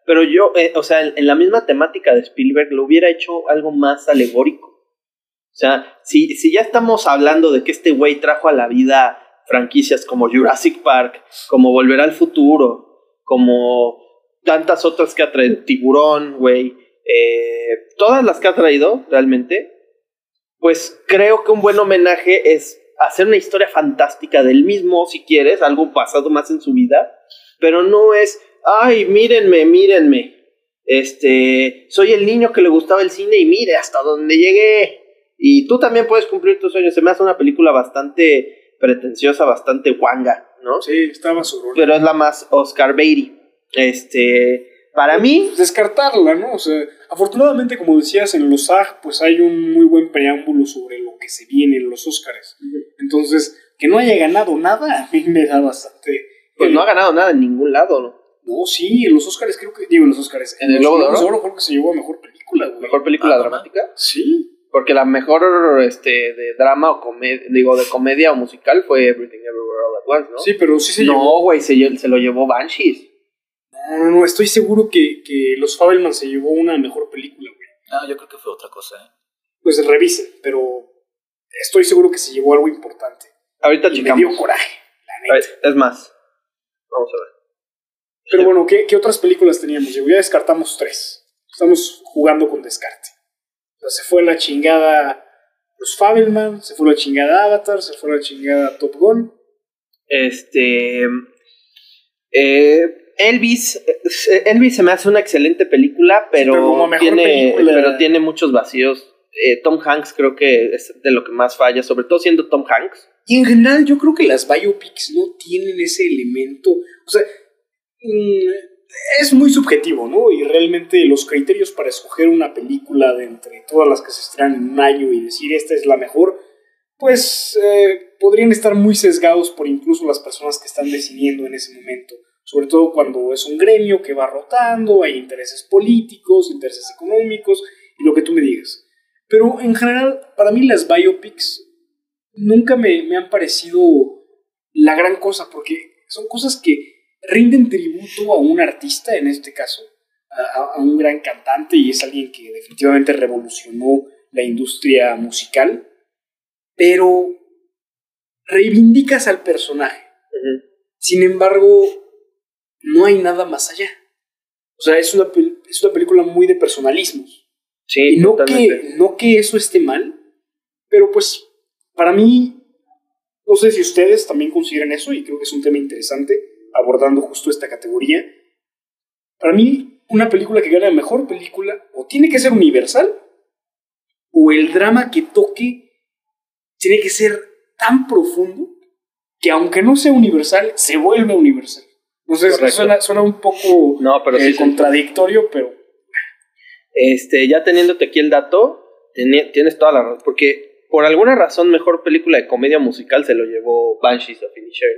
pero yo, eh, o sea, en, en la misma temática de Spielberg lo hubiera hecho algo más alegórico. O sea, si, si ya estamos hablando de que este güey trajo a la vida franquicias como Jurassic Park, como Volver al Futuro, como tantas otras que ha traído, Tiburón, güey, eh, todas las que ha traído realmente, pues creo que un buen homenaje es hacer una historia fantástica del mismo, si quieres, algo basado más en su vida, pero no es, ay, mírenme, mírenme, este, soy el niño que le gustaba el cine y mire hasta dónde llegué, y tú también puedes cumplir tus sueños. Se me hace una película bastante pretenciosa, bastante guanga, ¿no? Sí, estaba su rol. Pero es la más Oscar Beatty. Este, para mí... Descartarla, ¿no? O sea, afortunadamente, como decías, en los S A G, pues hay un muy buen preámbulo sobre lo que se viene en los Oscars. Entonces, que no haya ganado nada, a mí me da bastante... Pues no ha ganado nada en ningún lado, ¿no? No, sí, en los Oscars creo que... Digo, en los Oscars. ¿En el Globo de Oro? Creo que se llevó a Mejor Película, güey. ¿Mejor película Ah, dramática? Sí. Porque la mejor este, de drama o comedia, digo, de comedia o musical fue Everything Everywhere All at Once, ¿no? Sí, pero sí se llevó... No, güey, se, lle- se lo llevó Banshees. No, no, no, estoy seguro que, que Los Fabelmans se llevó una Mejor Película, güey. No, yo creo que fue otra cosa, ¿eh? Pues revisen, pero estoy seguro que se llevó algo importante. Ahorita Y me checamos. dio coraje, la neta. Es más, vamos a ver. Pero bueno, ¿qué, ¿qué otras películas teníamos? Ya descartamos tres. Estamos jugando con descarte. O sea, se fue la chingada Los Fabelman, se fue la chingada Avatar, se fue la chingada Top Gun. Este... Eh, Elvis, eh, Elvis se me hace una excelente película, pero, Sí, pero como mejor tiene, película- pero tiene muchos vacíos. Eh, Tom Hanks creo que es de lo que más falla, sobre todo siendo Tom Hanks. Y en general yo creo que las biopics no tienen ese elemento. O sea, mm, es muy subjetivo, ¿no? Y realmente los criterios para escoger una película de entre todas las que se estrenan en un año y decir esta es la mejor, pues eh, podrían estar muy sesgados por incluso las personas que están decidiendo en ese momento. Sobre todo cuando es un gremio que va rotando, hay intereses políticos, intereses económicos y lo que tú me digas. Pero en general, para mí las biopics nunca me, me han parecido la gran cosa, porque son cosas que rinden tributo a un artista, en este caso, a, a un gran cantante, y es alguien que definitivamente revolucionó la industria musical, pero reivindicas al personaje. Uh-huh. Sin embargo, no hay nada más allá. O sea, es una, pel- es una película muy de personalismos. Sí, Y no totalmente. que, no que eso esté mal, pero pues para mí, no sé si ustedes también consideran eso, y creo que es un tema interesante, abordando justo esta categoría. Para mí, una película que gane la mejor película, o tiene que ser universal, o el drama que toque tiene que ser tan profundo que aunque no sea universal, se vuelve universal. No sé, Correcto. suena, suena un poco No, pero sí, eh, sí. contradictorio, pero... Este, ya teniéndote aquí el dato, teni- tienes toda la razón, porque por alguna razón mejor película de comedia musical se lo llevó Banshees of Inisherin.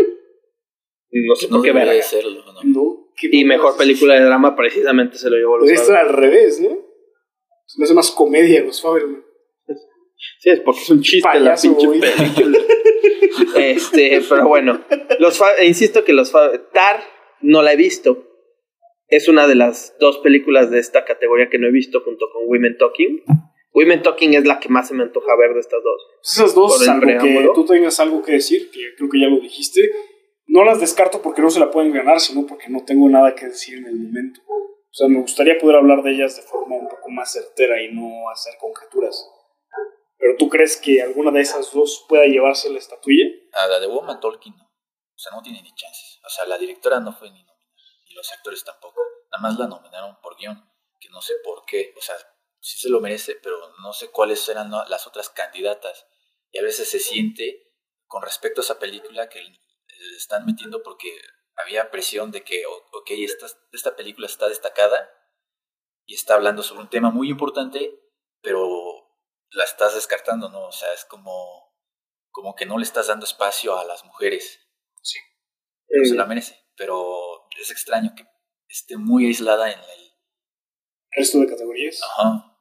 No sé No por qué debería de verga. serlo, ¿no? No, ¿qué Y mejor mamadas? película de drama precisamente se lo llevó los Pues esto Fabelman. era al revés, ¿no? Se me hace más comedia los Fabelman. Sí, es porque es un chiste la Payaso, pinche güey. película. Este, pero bueno, los Fa- insisto que los Fa- Tar no la he visto. Es una de las dos películas de esta categoría que no he visto junto con Women Talking. Women Talking es la que más se me antoja ver de estas dos. Esas dos, Por el salvo que preámbulo. tú tengas algo que decir, que creo que ya lo dijiste, no las descarto porque no se la pueden ganar, sino porque no tengo nada que decir en el momento. O sea, me gustaría poder hablar de ellas de forma un poco más certera y no hacer conjeturas. ¿Pero tú crees que alguna de esas dos pueda llevarse la estatuilla? A la de Woman Talking no. O sea, no tiene ni chances. O sea, la directora no fue ni nominada. Y los actores tampoco. Nada más la nominaron por guión. Que no sé por qué. O sea, sí se lo merece, pero no sé cuáles eran ¿no? las otras candidatas. Y a veces se siente, con respecto a esa película, que le están metiendo porque había presión de que, ok, esta, esta película está destacada y está hablando sobre un tema muy importante, pero la estás descartando, ¿no? O sea, es como, como que no le estás dando espacio a las mujeres. Sí. No Eh, se la merece, pero es extraño que esté muy aislada en el... ¿Resto de categorías? Ajá.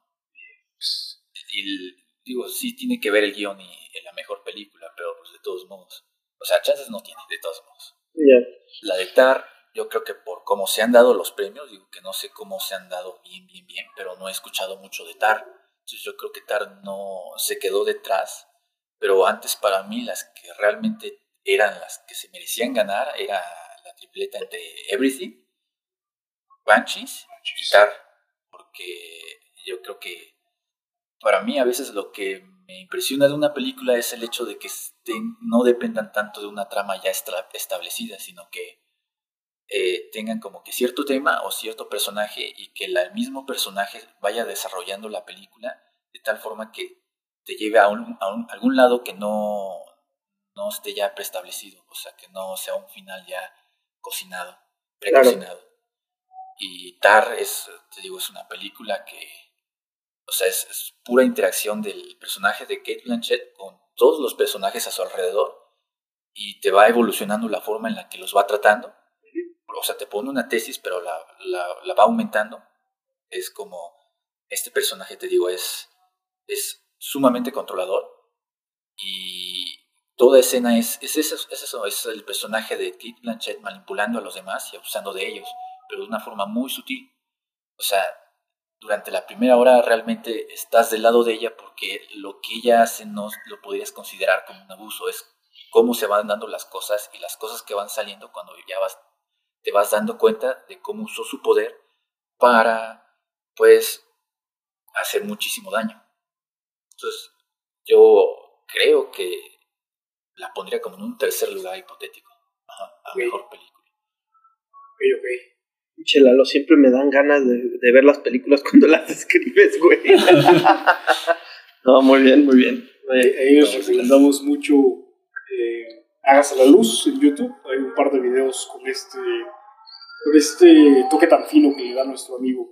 Y digo, sí tiene que ver el guión y la mejor película, pero pues de todos modos. O sea, chances no tiene, de todos modos. ya. La de Tar, yo creo que por como se han dado los premios, digo que no sé cómo se han dado bien, bien, bien, pero no he escuchado mucho de Tar. Entonces yo creo que Tar no se quedó detrás, pero antes para mí las que realmente eran las que se merecían ganar era la tripleta entre Everything, Banshees y Tar, porque yo creo que para mí a veces lo que me impresiona de una película es el hecho de que estén, no dependan tanto de una trama ya estra- establecida, sino que eh, tengan como que cierto tema o cierto personaje y que la- el mismo personaje vaya desarrollando la película de tal forma que te lleve a, un, a un- algún lado que no, no esté ya preestablecido, o sea, que no sea un final ya cocinado, precocinado. Claro. Y Tar es, te digo, es una película que, o sea, es, es pura interacción del personaje de Cate Blanchett con todos los personajes a su alrededor y te va evolucionando la forma en la que los va tratando. O sea, te pone una tesis, pero la, la, la va aumentando. Es como, este personaje, te digo, es, es sumamente controlador y toda escena es, es, eso, es eso, es el personaje de Cate Blanchett manipulando a los demás y abusando de ellos, pero de una forma muy sutil. O sea, durante la primera hora realmente estás del lado de ella porque lo que ella hace no lo podrías considerar como un abuso, es cómo se van dando las cosas y las cosas que van saliendo cuando ya vas, te vas dando cuenta de cómo usó su poder para, pues, hacer muchísimo daño. Entonces, yo creo que la pondría como en un tercer lugar hipotético. Ajá, a okay. Mejor película. Ok, ok. Chelalo, siempre me dan ganas de, de ver las películas cuando las escribes, güey. No, muy bien, muy bien. Eh, ahí les recomendamos mucho eh, Hágase la Luz en YouTube. Hay un par de videos con este, con este toque tan fino que le da nuestro amigo.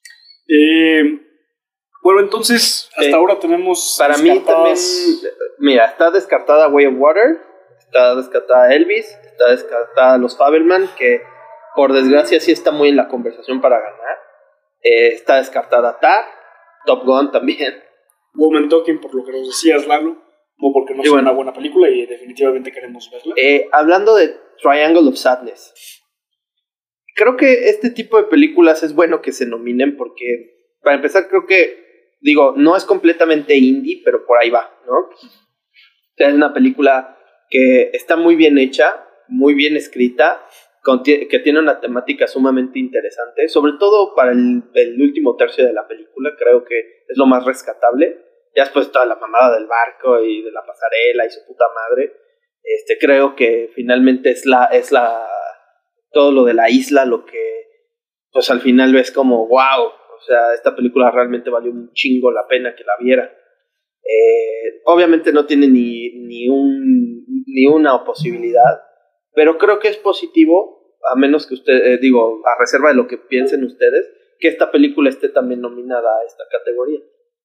Eh, bueno, entonces, hasta eh, ahora tenemos... Para mí también, mira, está descartada Way of Water, está descartada Elvis, está descartada Los Fabelman, que por desgracia sí está muy en la conversación para ganar. Eh, está descartada Tar, Top Gun también. Woman Talking, por lo que nos decías, Lalo, o porque no es bueno, una buena película y definitivamente queremos verla. Eh, hablando de Triangle of Sadness, creo que este tipo de películas es bueno que se nominen porque, para empezar, creo que, digo, no es completamente indie, pero por ahí va, ¿no? O sea, es una película que está muy bien hecha, muy bien escrita, que tiene una temática sumamente interesante, sobre todo para el, el último tercio de la película, creo que es lo más rescatable. Ya después toda la mamada del barco y de la pasarela y su puta madre, este, creo que finalmente es la, es la, todo lo de la isla lo que, pues al final ves como, wow, o sea, esta película realmente valió un chingo la pena que la viera. Eh, obviamente no tiene ni, ni, un, ni una posibilidad, pero creo que es positivo, a menos que usted, eh, digo, a reserva de lo que piensen ustedes, que esta película esté también nominada a esta categoría.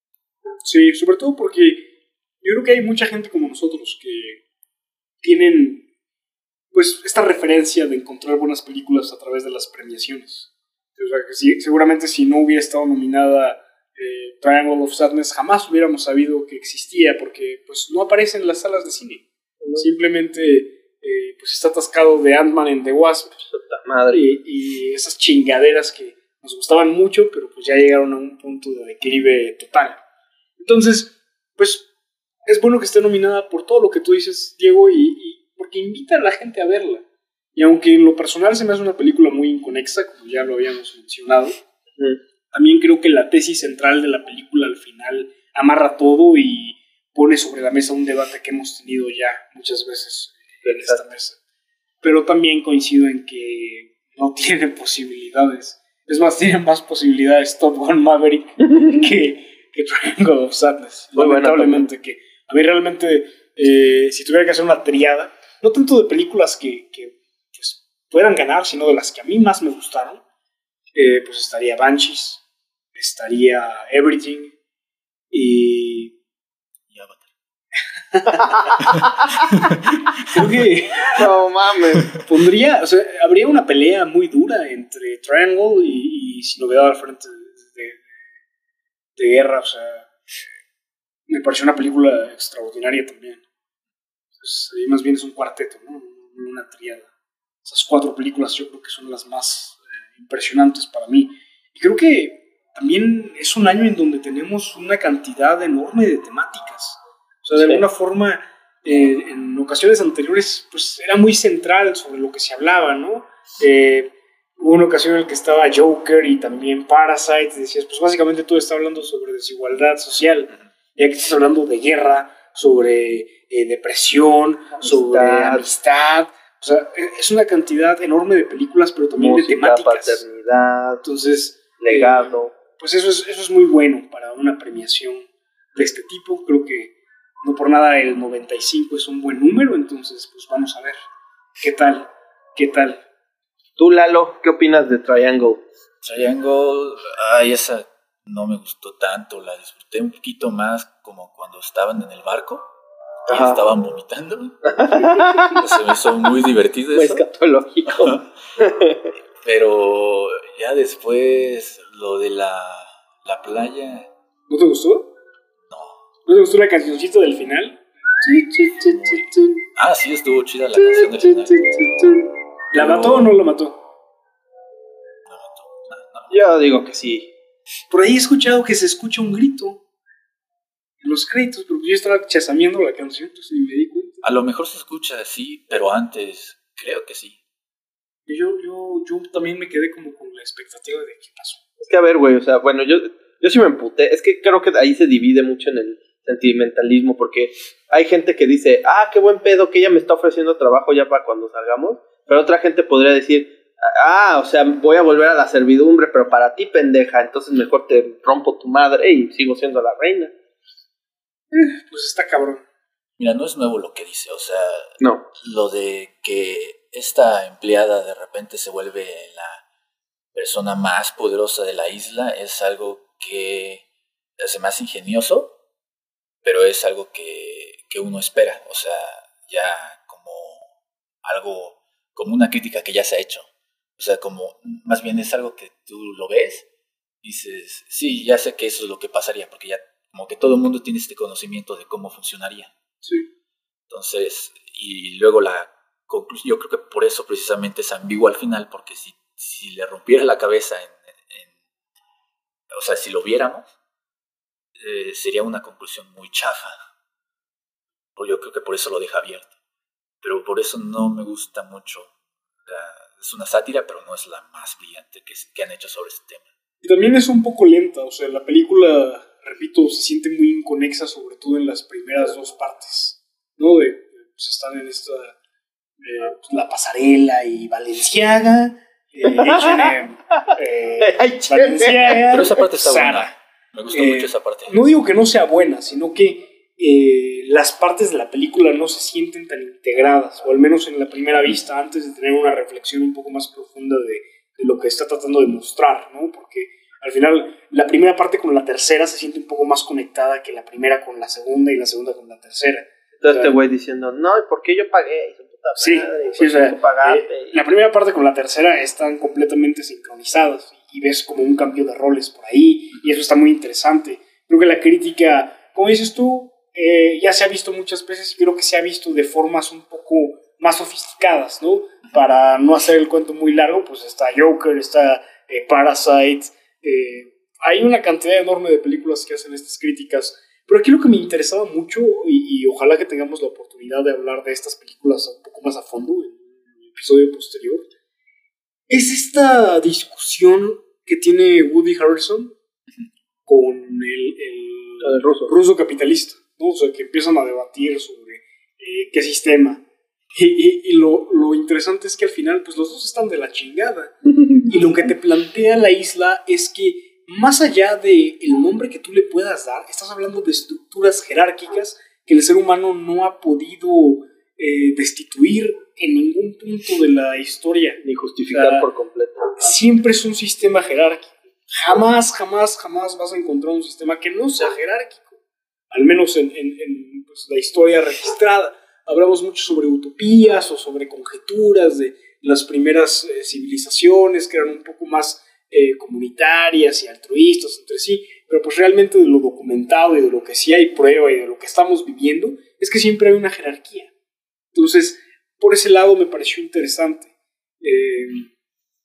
Sí, sobre todo porque yo creo que hay mucha gente como nosotros que tienen, pues, esta referencia de encontrar buenas películas a través de las premiaciones. O sea, que si, seguramente si no hubiera estado nominada eh, Triangle of Sadness, jamás hubiéramos sabido que existía, porque pues no aparece en las salas de cine. No. Simplemente... Eh, pues está atascado de Ant-Man and the Wasp, madre. Y, y esas chingaderas que nos gustaban mucho, pero pues ya llegaron a un punto de declive total. Entonces, pues es bueno que esté nominada por todo lo que tú dices, Diego, y, y porque invita a la gente a verla. Y aunque en lo personal se me hace una película muy inconexa, como ya lo habíamos mencionado, mm. también creo que la tesis central de la película al final amarra todo y pone sobre la mesa un debate que hemos tenido ya muchas veces en esta mesa. Pero también coincido en que no tiene posibilidades. Es más, tiene más posibilidades Top Gun Maverick que, que Triangle of Sadness. Muy lamentablemente, que a mí realmente, eh, si tuviera que hacer una triada, no tanto de películas que, que pues, puedan ganar, sino de las que a mí más me gustaron, eh, pues estaría Banshees, estaría Everything y... y Avatar. Creo que no mames. Pondría, o sea, habría una pelea muy dura entre Triangle y, y Sin Novedad al Frente de, de, de Guerra. O sea, me pareció una película extraordinaria también. Entonces, ahí más bien es un cuarteto, ¿no? Una triada. Esas cuatro películas yo creo que son las más impresionantes para mí. Y creo que también es un año en donde tenemos una cantidad enorme de temáticas. O sea, de sí. alguna forma, eh, en ocasiones anteriores, pues era muy central sobre lo que se hablaba, ¿no? Eh, hubo una ocasión en la que estaba Joker y también Parasite, y decías, pues básicamente todo está hablando sobre desigualdad social, ya que estás hablando de guerra, sobre eh, depresión, amistad. sobre amistad. O sea, es una cantidad enorme de películas, pero también música, de temáticas. Paternidad, entonces, legado. Eh, pues eso es, eso es muy bueno para una premiación de este tipo. Creo que no por nada el noventa y cinco es un buen número, entonces pues vamos a ver qué tal, qué tal. Tú, Lalo, ¿qué opinas de Triangle? Triangle, ay, esa no me gustó tanto, la disfruté un poquito más como cuando estaban en el barco y Ajá. estaban vomitando. Se me hizo muy divertido muy eso. Muy escatológico. Pero ya después lo de la, la playa. ¿No te gustó? No. ¿No te gustó la cancioncita del final? Muy... Ah, sí, estuvo chida la canción del final. ¿La Pero... mató o no la mató? La mató. No, no. Yo digo que sí. Por ahí he escuchado que se escucha un grito en los créditos, pero yo estaba chasameando la canción, entonces ni me di cuenta. A lo mejor se escucha así, pero antes creo que sí. Yo, yo, yo también me quedé como con la expectativa de qué pasó. Es que a ver, güey, o sea, bueno, yo, yo sí me emputé. Es que creo que ahí se divide mucho en el sentimentalismo, porque hay gente que dice, ah, qué buen pedo que ella me está ofreciendo trabajo ya para cuando salgamos, pero otra gente podría decir, ah, o sea, voy a volver a la servidumbre, pero para ti, pendeja, entonces mejor te rompo tu madre y sigo siendo la reina. Eh, pues está cabrón. Mira, no es nuevo lo que dice, o sea, no. Lo de que esta empleada de repente se vuelve la persona más poderosa de la isla es algo que es más ingenioso, pero es algo que, que uno espera, o sea, ya como algo, como una crítica que ya se ha hecho. O sea, como, más bien es algo que tú lo ves, dices, sí, ya sé que eso es lo que pasaría, porque ya como que todo el mundo tiene este conocimiento de cómo funcionaría. Sí. Entonces, y luego la conclusión, yo creo que por eso precisamente es ambiguo al final, porque si, si le rompiera la cabeza, en, en, o sea, si lo viéramos, eh, sería una conclusión muy chafa. Pues yo creo que por eso lo deja abierto. Pero por eso no me gusta mucho. La, es una sátira, pero no es la más brillante que, que han hecho sobre este tema. Y también es un poco lenta, o sea, la película, repito, se siente muy inconexa, sobre todo en las primeras dos partes, ¿no? De, pues están en esta, eh, pues, la pasarela y Balenciaga, eh, H and M, eh, Balenciaga, pero esa parte está Zara. buena, me gustó eh, mucho esa parte. No digo que no sea buena, sino que eh, las partes de la película no se sienten tan integradas, o al menos en la primera vista, antes de tener una reflexión un poco más profunda de, de lo que está tratando de mostrar, ¿no? Porque al final la primera parte con la tercera se siente un poco más conectada que la primera con la segunda y la segunda con la tercera. Entonces este güey diciendo, no, ¿y por qué yo pagué? Puta sí, madre, sí, o sea, pagaste? eh, la primera parte con la tercera están completamente sincronizadas y ves como un cambio de roles por ahí y eso está muy interesante. Creo que la crítica, como dices tú, eh, ya se ha visto muchas veces y creo que se ha visto de formas un poco más sofisticadas, ¿no? Para no hacer el cuento muy largo, pues está Joker, está eh, Parasite, eh, hay una cantidad enorme de películas que hacen estas críticas. Pero aquí lo que me interesaba mucho, y, y ojalá que tengamos la oportunidad de hablar de estas películas un poco más a fondo en un episodio posterior, es esta discusión que tiene Woody Harrelson con el, el, el ruso. ruso capitalista, ¿no? O sea, que empiezan a debatir sobre eh, qué sistema. Y, y, y lo, lo interesante es que al final, pues los dos están de la chingada. Y lo que te plantea la isla es que más allá del nombre que tú le puedas dar, estás hablando de estructuras jerárquicas que el ser humano no ha podido eh, destituir en ningún punto de la historia. Ni justificar, o sea, por completo. Siempre es un sistema jerárquico. Jamás, jamás, jamás vas a encontrar un sistema que no sea jerárquico. Al menos en, en, en pues, la historia registrada. Hablamos mucho sobre utopías o sobre conjeturas de las primeras eh, civilizaciones que eran un poco más Eh, comunitarias y altruistas entre sí, pero pues realmente de lo documentado y de lo que sí hay prueba y de lo que estamos viviendo es que siempre hay una jerarquía. Entonces, por ese lado me pareció interesante. Eh,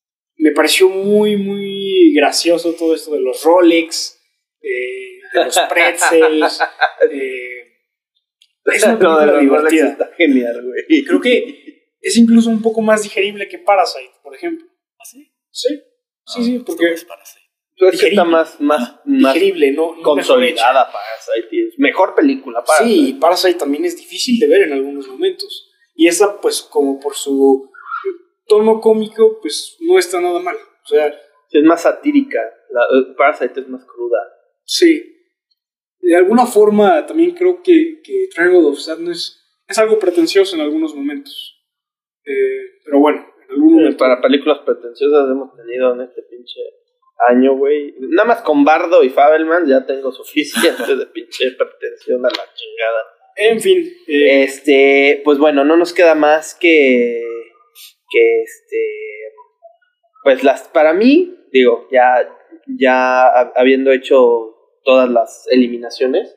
me pareció muy, muy gracioso todo esto de los Rolex, eh, de los pretzels. eh, es una película no, divertida. Está genial, güey. Creo que es incluso un poco más digerible que Parasite, por ejemplo. ¿Ah, sí? Sí, sí, No, sí, porque es Parasite. Es que está más, más, más digerible, no, no consolidada Parasite. Es mejor película Parasite. Sí, Parasite también es difícil de ver en algunos momentos. Y esa, pues, como por su tono cómico, pues, no está nada mal. O sea, es más satírica. La, uh, Parasite es más cruda. Sí. De alguna forma, también creo que, que Triangle of Sadness es algo pretencioso en algunos momentos. Eh, pero bueno, en algún momento. Para películas pretenciosas hemos tenido en este pinche año, güey. Nada más con Bardo y Fabelman ya tengo suficiente de pinche pretensión a la chingada. En fin. Eh, este, pues bueno, no nos queda más que. Que este. Pues las. Para mí, digo, ya. Ya habiendo hecho todas las eliminaciones.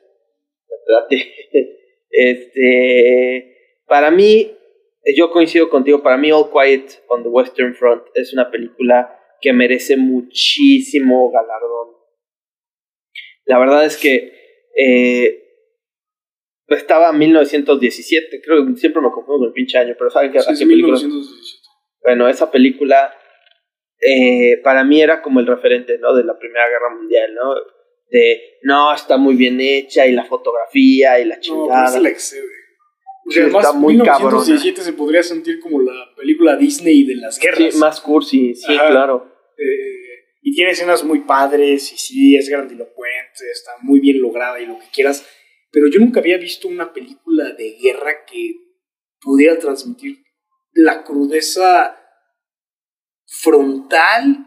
Este. Para mí. Yo coincido contigo. Para mí, All Quiet on the Western Front es una película que merece muchísimo galardón. La verdad es que eh, estaba en mil novecientos diecisiete, creo que siempre me confundo con el pinche año, pero ¿saben qué, sí, qué sí, película? mil novecientos diecisiete. Bueno, esa película eh, para mí era como el referente, ¿no? De la Primera Guerra Mundial, ¿no? De, no, está muy bien hecha y la fotografía y la chingada. No, pero la excede. O Sí, sea, además, está muy mil novecientos diecisiete cabrona. se podría sentir como la película Disney de las guerras. Sí, más cursi, sí, Ajá. claro. Eh, y tiene escenas muy padres, y sí, es grandilocuente, está muy bien lograda y lo que quieras. Pero yo nunca había visto una película de guerra que pudiera transmitir la crudeza frontal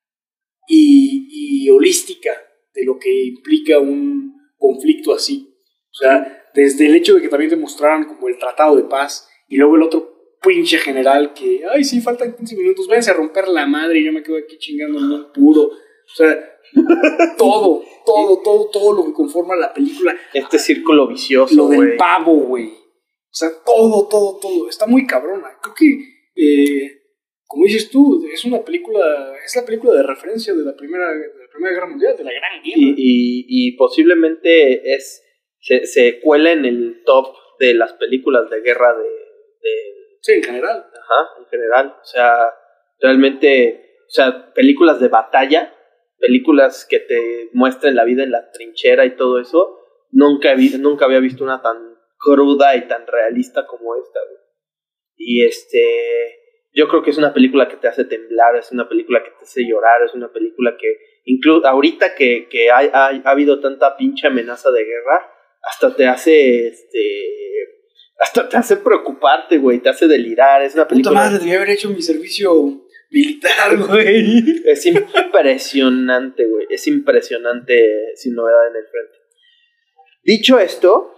y, y holística de lo que implica un conflicto así. O sea, desde el hecho de que también te mostraran como el tratado de paz y luego el otro pinche general que, ay, sí, faltan quince minutos, váyanse a romper la madre y yo me quedo aquí chingando en un puro. O sea, todo, todo, todo, todo lo que conforma la película. Este círculo vicioso, Lo del güey. pavo, güey. O sea, todo, todo, todo. Está muy cabrona. Creo que, eh, como dices tú, es una película, es la película de referencia de la Primera, de la primera Guerra Mundial, de la Gran Guerra. Y, y, y posiblemente es se, se cuela en el top de las películas de guerra de, de... Sí, en general. Ajá, en general. O sea, realmente, o sea, películas de batalla, películas que te muestren la vida en la trinchera y todo eso, nunca, vi, nunca había visto una tan cruda y tan realista como esta, güey. Y este... Yo creo que es una película que te hace temblar, es una película que te hace llorar, es una película que, incluso ahorita que, que hay, hay, ha habido tanta pinche amenaza de guerra, hasta te hace, este, hasta te hace preocuparte, güey, te hace delirar, es una película... Puta madre, debía haber hecho mi servicio militar, güey. Es impresionante, güey, es impresionante sin novedad en el frente. Dicho esto...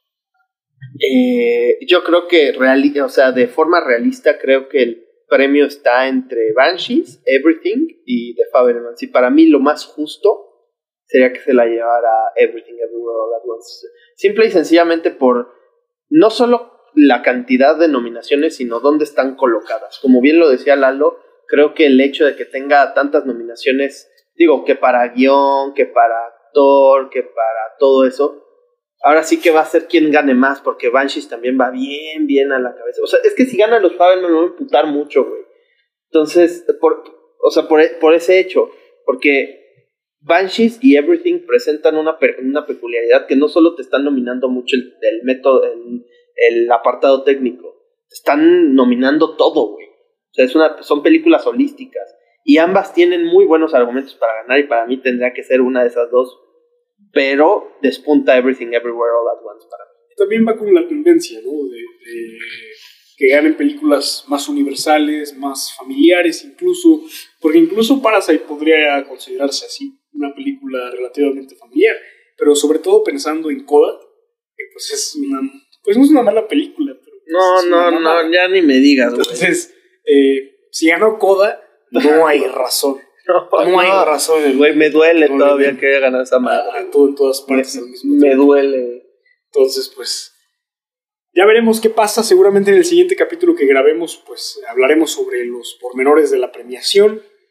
Eh, yo creo que reali- o sea, de forma realista creo que el premio está entre Banshees, Everything y The Fabelmans. Y para mí lo más justo sería que se la llevara Everything Everywhere All at Once. Simple y sencillamente por no solo la cantidad de nominaciones, sino dónde están colocadas. Como bien lo decía Lalo, creo que el hecho de que tenga tantas nominaciones, digo, que para guión, que para actor, que para todo eso, ahora sí que va a ser quien gane más, porque Banshees también va bien, bien a la cabeza. O sea, es que si ganan los Fabelman me voy a imputar mucho, güey. Entonces, por, o sea, por, por ese hecho, porque Banshees y Everything presentan una, una peculiaridad que no solo te están nominando mucho el, el método, el, el apartado técnico, te están nominando todo, güey. O sea, es una, son películas holísticas, y ambas tienen muy buenos argumentos para ganar, y para mí tendría que ser una de esas dos. Pero despunta Everything Everywhere All at Once para mí. También va con la tendencia, ¿no? De, de que ganen películas más universales, más familiares incluso, porque incluso Parasite podría considerarse así, una película relativamente familiar, pero sobre todo pensando en Coda, que pues es una, pues no es una mala película, pero pues No, es no, una no, ya ni me digas, güey. Entonces, eh, si ganó Coda, no hay razón. No, No, no hay razón. güey, me duele No, todavía no, que haya ganado esa madre. A, a todo en todas partes me, al mismo me tiempo. duele. Entonces, pues, ya veremos qué pasa. Seguramente en el siguiente capítulo que grabemos, pues, hablaremos sobre los pormenores de la premiación.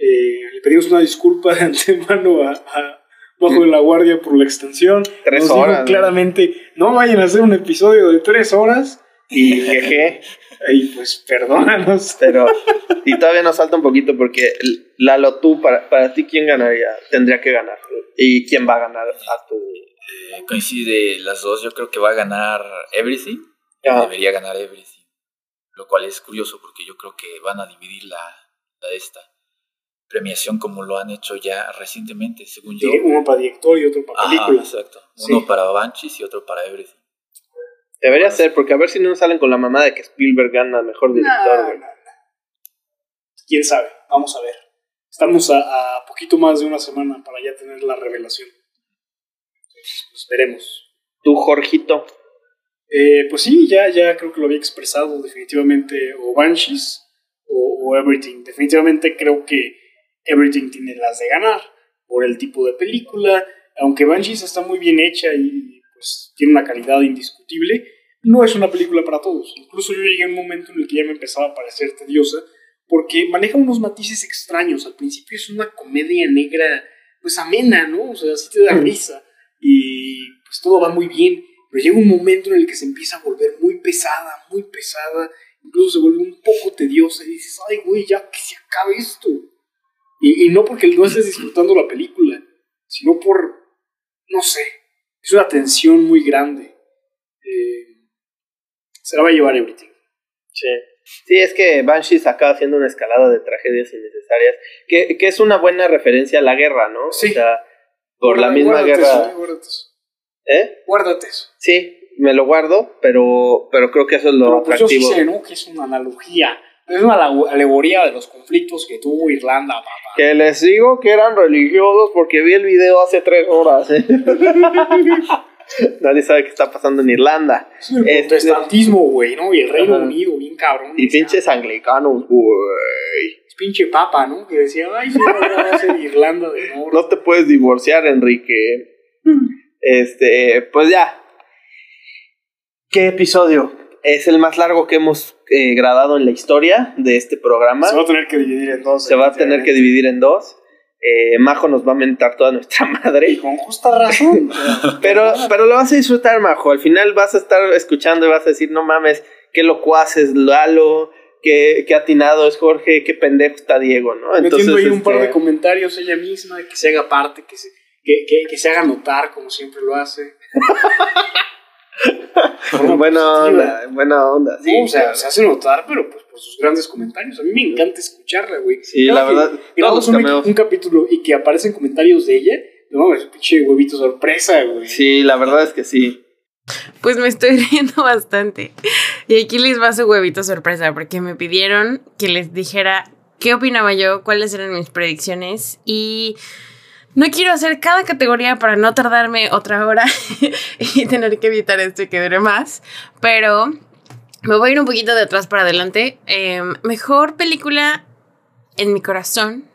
Eh, le pedimos una disculpa de antemano a, a Bajo de la Guardia por la extensión. Tres Nos horas. dijo claramente, no vayan a hacer un episodio de tres horas. Y jeje. Y pues perdónanos. Pero, y todavía nos falta un poquito porque, Lalo, tú, para, para ti, ¿quién ganaría? Tendría que ganar. ¿Y quién va a ganar a tu...? Eh, coincide las dos. Yo creo que va a ganar Everything. Ah. Debería ganar Everything. Lo cual es curioso porque yo creo que van a dividir la, la esta premiación como lo han hecho ya recientemente, según yo. Sí, uno para director y otro para Ajá, película. exacto. Uno Sí. para Banshees y otro para Everything. Debería ser, porque a ver si no nos salen con la mamá de que Spielberg gana mejor director, Nah, güey. nah, nah. Quién sabe, vamos a ver. Estamos a, a poquito más de una semana para ya tener la revelación. Entonces, pues veremos. Tú, Jorgito. Eh, pues sí, ya, ya creo que lo había expresado definitivamente, o Banshees o, o Everything. Definitivamente creo que Everything tiene las de ganar por el tipo de película, aunque Banshees está muy bien hecha y pues tiene una calidad indiscutible, no es una película para todos. Incluso yo llegué a un momento en el que ya me empezaba a parecer tediosa, porque maneja unos matices extraños. Al principio es una comedia negra, pues amena, ¿no? O sea, sí te da risa y pues todo va muy bien. Pero llega un momento en el que se empieza a volver muy pesada, muy pesada, incluso se vuelve un poco tediosa y dices, ay, güey, ya que se acabe esto. Y, y no porque no estés disfrutando la película, sino por, no sé, es una tensión muy grande. Eh, se la va a llevar Everything. Sí. Sí, es que Banshees acaba haciendo una escalada de tragedias innecesarias, que, que es una buena referencia a la guerra, ¿no? Sí. O sea, por Guarda- la misma guárdate guerra... eso, guárdate eso. ¿Eh? Guárdate eso. Sí, me lo guardo, pero, pero creo que eso es lo Pero pues yo sí atractivo. sé, ¿no? Que es una analogía, es una ale- alegoría de los conflictos que tuvo Irlanda, papá. Que les digo que eran religiosos porque vi el video hace tres horas. ¿eh? Nadie sabe qué está pasando en Irlanda. Sí, el Este- protestantismo, güey, ¿no? Y el Reino Ajá. Unido, bien cabrón. Y pinches anglicanos, güey. Es pinche papa, ¿no? Que decía, ay, sí, ahora va a ser Irlanda del Norte. No te puedes divorciar, Enrique. Este, pues ya. ¿Qué episodio? Es el más largo que hemos eh, grabado en la historia de este programa. Se va a tener que dividir en dos. Se va a tener que dividir en dos. Eh, Majo nos va a mentar toda nuestra Y madre. con justa razón. Pero, pero lo vas a disfrutar, Majo. Al final vas a estar escuchando y vas a decir, no mames, qué locuaz es Lalo, qué, qué atinado es Jorge, qué pendejo está Diego, ¿no? Metiendo ahí un este, par de comentarios ella misma, que se haga parte, que se, que, que, que se haga notar como siempre lo hace. buena onda, buena onda. Sí, No, o sea, claro. se hace notar, pero pues por sus grandes comentarios. A mí me encanta escucharla, güey. Sí, Cada la que verdad, todos grabamos los un, cameos. un capítulo y que aparecen comentarios de ella, no, es un pinche huevito sorpresa, güey. Sí, la verdad es que sí. Pues me estoy riendo bastante. Y aquí les va su huevito sorpresa, porque me pidieron que les dijera qué opinaba yo, cuáles eran mis predicciones. Y no quiero hacer cada categoría para no tardarme otra hora y tener que evitar esto y que dure más. Pero me voy a ir un poquito de atrás para adelante. Eh, mejor película en mi corazón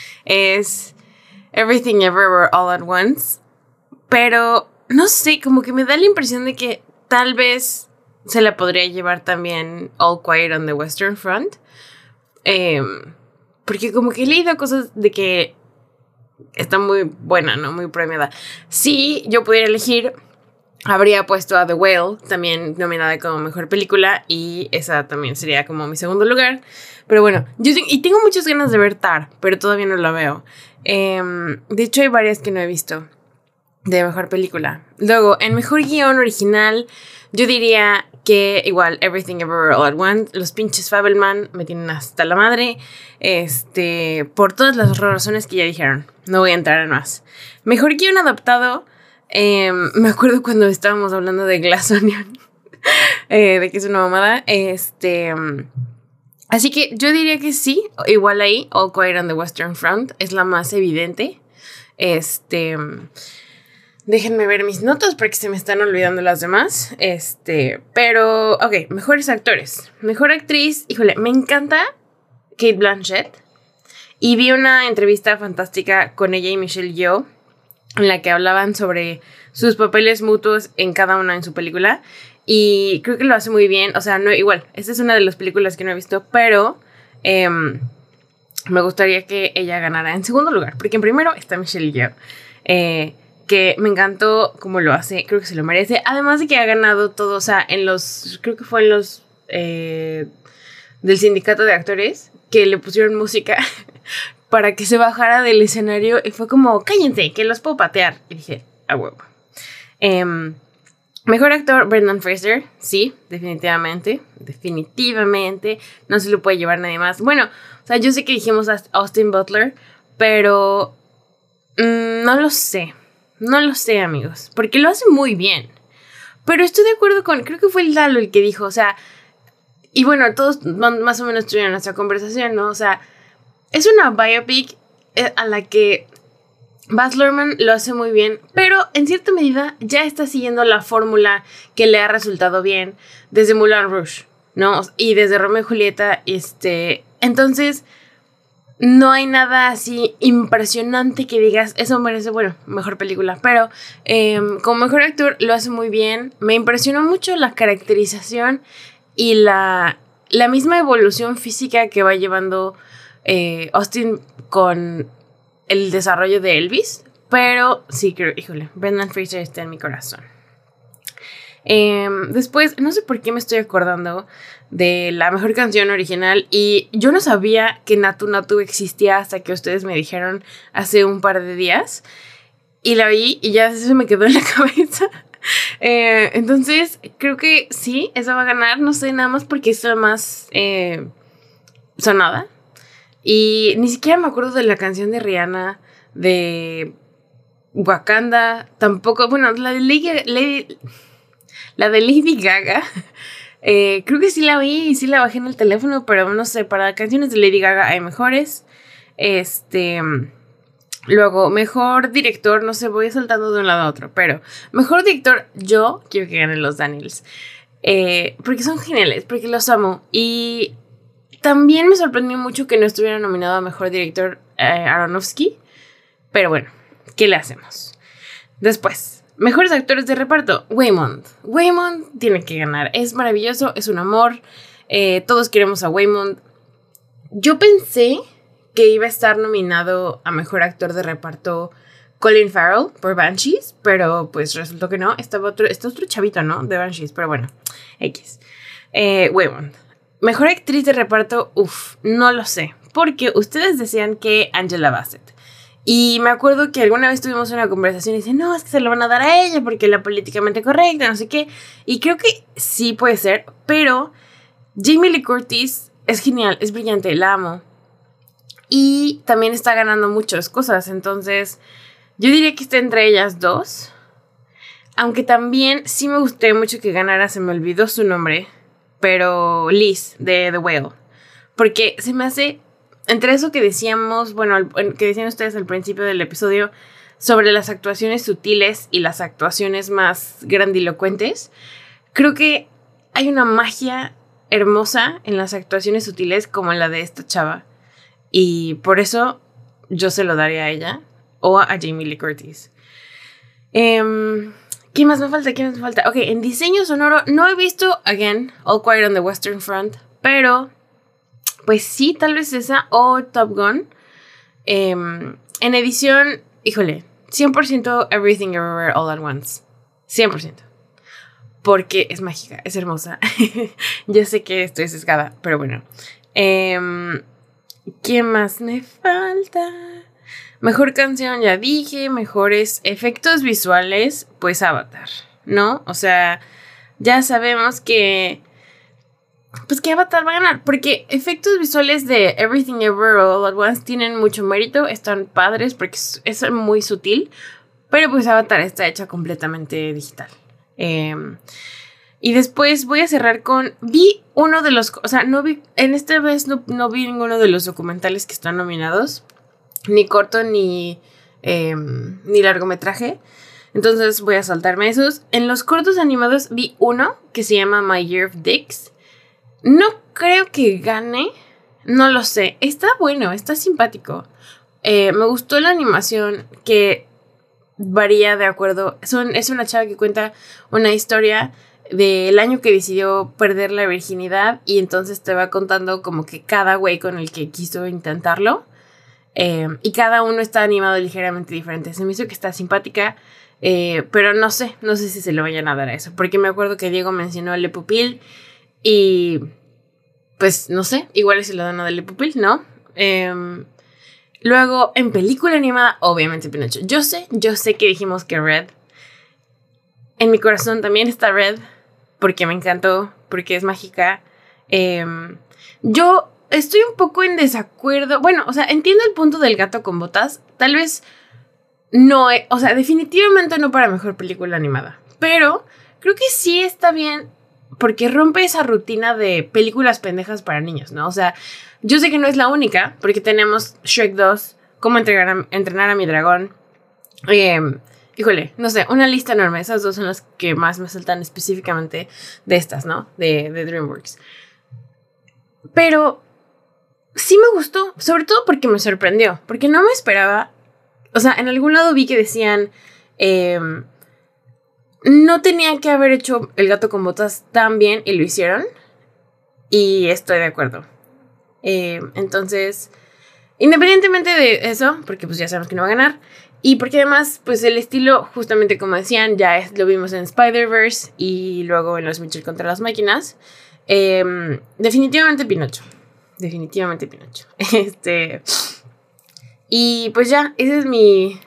es Everything Everywhere All at Once. Pero no sé, como que me da la impresión de que tal vez se la podría llevar también All Quiet on the Western Front. Eh, porque como que he leído cosas de que está muy buena, ¿no? Muy premiada. Si yo pudiera elegir, habría puesto a The Whale, también nominada como mejor película, y esa también sería como mi segundo lugar. Pero bueno, yo te- y tengo muchas ganas de ver Tar, pero todavía no la veo. Eh, de hecho, hay varias que no he visto de mejor película. Luego, en mejor guión original, yo diría que igual Everything Everywhere All at Once, los pinches Fabelman me tienen hasta la madre, este, por todas las razones que ya dijeron. No voy a entrar en más. Mejor guión adaptado, eh, me acuerdo cuando estábamos hablando de Glass Onion, eh, de que es una mamada, este... Así que yo diría que sí, igual ahí, All Quiet on the Western Front es la más evidente. Este... Déjenme ver mis notas porque se me están olvidando las demás. Este, pero, ok, mejores actores. Mejor actriz, híjole, me encanta Cate Blanchett. Y vi una entrevista fantástica con ella y Michelle Yeoh, en la que hablaban sobre sus papeles mutuos en cada una en su película. Y creo que lo hace muy bien. O sea, no, igual, esta es una de las películas que no he visto, pero... Eh, me gustaría que ella ganara en segundo lugar, porque en primero está Michelle Yeoh, eh, que me encantó cómo lo hace, creo que se lo merece, además de que ha ganado todo, o sea, en los, creo que fue en los eh, del sindicato de actores, que le pusieron música para que se bajara del escenario y fue como, cállense, que los puedo patear, y dije, a huevo. Eh, Mejor actor, Brendan Fraser, sí, definitivamente, definitivamente, no se lo puede llevar nadie más. Bueno, o sea, yo sé que dijimos a Austin Butler, pero mmm, no lo sé, no lo sé, amigos, porque lo hace muy bien. Pero estoy de acuerdo con, creo que fue el Lalo el que dijo, o sea, y bueno, todos más o menos tuvieron nuestra conversación, ¿no? O sea, es una biopic a la que Baz Luhrmann lo hace muy bien, pero en cierta medida ya está siguiendo la fórmula que le ha resultado bien desde Moulin Rouge, ¿no? Y desde Romeo y Julieta, este... Entonces, no hay nada así impresionante que digas, eso merece, bueno, mejor película, pero eh, como mejor actor lo hace muy bien. Me impresionó mucho la caracterización y la, la misma evolución física que va llevando eh, Austin con el desarrollo de Elvis, pero sí creo, híjole, Brendan Fraser está en mi corazón. Eh, después, no sé por qué me estoy acordando de la mejor canción original y yo no sabía que Natu Natu existía hasta que ustedes me dijeron hace un par de días y la vi y ya se me quedó en la cabeza. Eh, entonces, creo que sí, esa va a ganar, no sé, nada más porque es la más eh, sonada. Y ni siquiera me acuerdo de la canción de Rihanna, de Wakanda, tampoco, bueno, la de Lady, Lady, la de Lady Gaga, eh, creo que sí la vi y sí la bajé en el teléfono, pero no sé, para canciones de Lady Gaga hay mejores. Este, luego, mejor director, no sé, voy saltando de un lado a otro, pero mejor director, yo quiero que ganen los Daniels, eh, porque son geniales, porque los amo. Y también me sorprendió mucho que no estuviera nominado a mejor director eh, Aronofsky, pero bueno, ¿qué le hacemos? Después, mejores actores de reparto, Waymond. Waymond tiene que ganar, es maravilloso, es un amor, eh, todos queremos a Waymond. Yo pensé que iba a estar nominado a mejor actor de reparto Colin Farrell por Banshees, pero pues resultó que no, estaba otro, está otro chavito, ¿no? De Banshees, pero bueno, X. Eh, Waymond. Mejor actriz de reparto, uff, no lo sé, porque ustedes decían que Angela Bassett. Y me acuerdo que alguna vez tuvimos una conversación y dicen, no, es que se lo van a dar a ella porque la políticamente correcta, no sé qué. Y creo que sí puede ser, pero Jamie Lee Curtis es genial, es brillante, la amo. Y también está ganando muchas cosas, entonces yo diría que está entre ellas dos. Aunque también sí me gustaría mucho que ganara, se me olvidó su nombre, pero Liz de The Whale, porque se me hace, entre eso que decíamos, bueno, que decían ustedes al principio del episodio sobre las actuaciones sutiles y las actuaciones más grandilocuentes, creo que hay una magia hermosa en las actuaciones sutiles como la de esta chava, y por eso yo se lo daría a ella o a Jamie Lee Curtis. Eh, ¿Qué más me falta? ¿Qué más me falta? Ok, en diseño sonoro no he visto, again, All Quiet on the Western Front, pero pues sí, tal vez esa o Top Gun. Eh, en edición, híjole, cien por ciento Everything Everywhere All at Once. cien por ciento. Porque es mágica, es hermosa. Ya sé que estoy sesgada, pero bueno. Eh, ¿Qué más me falta? Mejor canción, ya dije. Mejores efectos visuales, pues Avatar, ¿no? O sea, ya sabemos que pues que Avatar va a ganar, porque efectos visuales de Everything Everywhere All at Once tienen mucho mérito, están padres porque es, es muy sutil, pero pues Avatar está hecha completamente digital. Eh, y después voy a cerrar con, vi uno de los, o sea, no vi, en esta vez no, no vi ninguno de los documentales que están nominados, ni corto ni, eh, ni largometraje. Entonces voy a saltarme esos. En los cortos animados vi uno que se llama My Year of Dicks. No creo que gane, no lo sé. Está bueno, está simpático. Eh, me gustó la animación que varía de acuerdo. Son, es una chava que cuenta una historia del año que decidió perder la virginidad y entonces te va contando como que cada güey con el que quiso intentarlo eh, y cada uno está animado ligeramente diferente. Se me hizo que está simpática, eh, pero no sé, no sé si se lo vayan a dar a eso, porque me acuerdo que Diego mencionó Le Pupil y pues no sé, igual se lo dan a Le Pupil, ¿no? Eh, luego en película animada, obviamente Pinocho. Yo sé, yo sé que dijimos que Red. En mi corazón también está Red, porque me encantó, porque es mágica. Eh, yo estoy un poco en desacuerdo. Bueno, o sea, entiendo el punto del gato con botas. Tal vez no, o sea, definitivamente no para mejor película animada. Pero creo que sí está bien, porque rompe esa rutina de películas pendejas para niños, ¿no? O sea, yo sé que no es la única, porque tenemos Shrek dos, Cómo entrenar a, entrenar a mi dragón. Eh, híjole, no sé, una lista enorme. Esas dos son las que más me saltan específicamente de estas, ¿no? De, de DreamWorks. Pero sí me gustó, sobre todo porque me sorprendió, porque no me esperaba. O sea, en algún lado vi que decían... Eh, no tenía que haber hecho El gato con botas tan bien y lo hicieron. Y estoy de acuerdo. Eh, entonces, independientemente de eso, porque pues ya sabemos que no va a ganar, y porque además, pues el estilo, justamente como decían, ya es, lo vimos en Spider-Verse y luego en Los Mitchell contra las máquinas. Eh, definitivamente Pinocho. Definitivamente Pinocho. Este. Y pues ya, ese es mi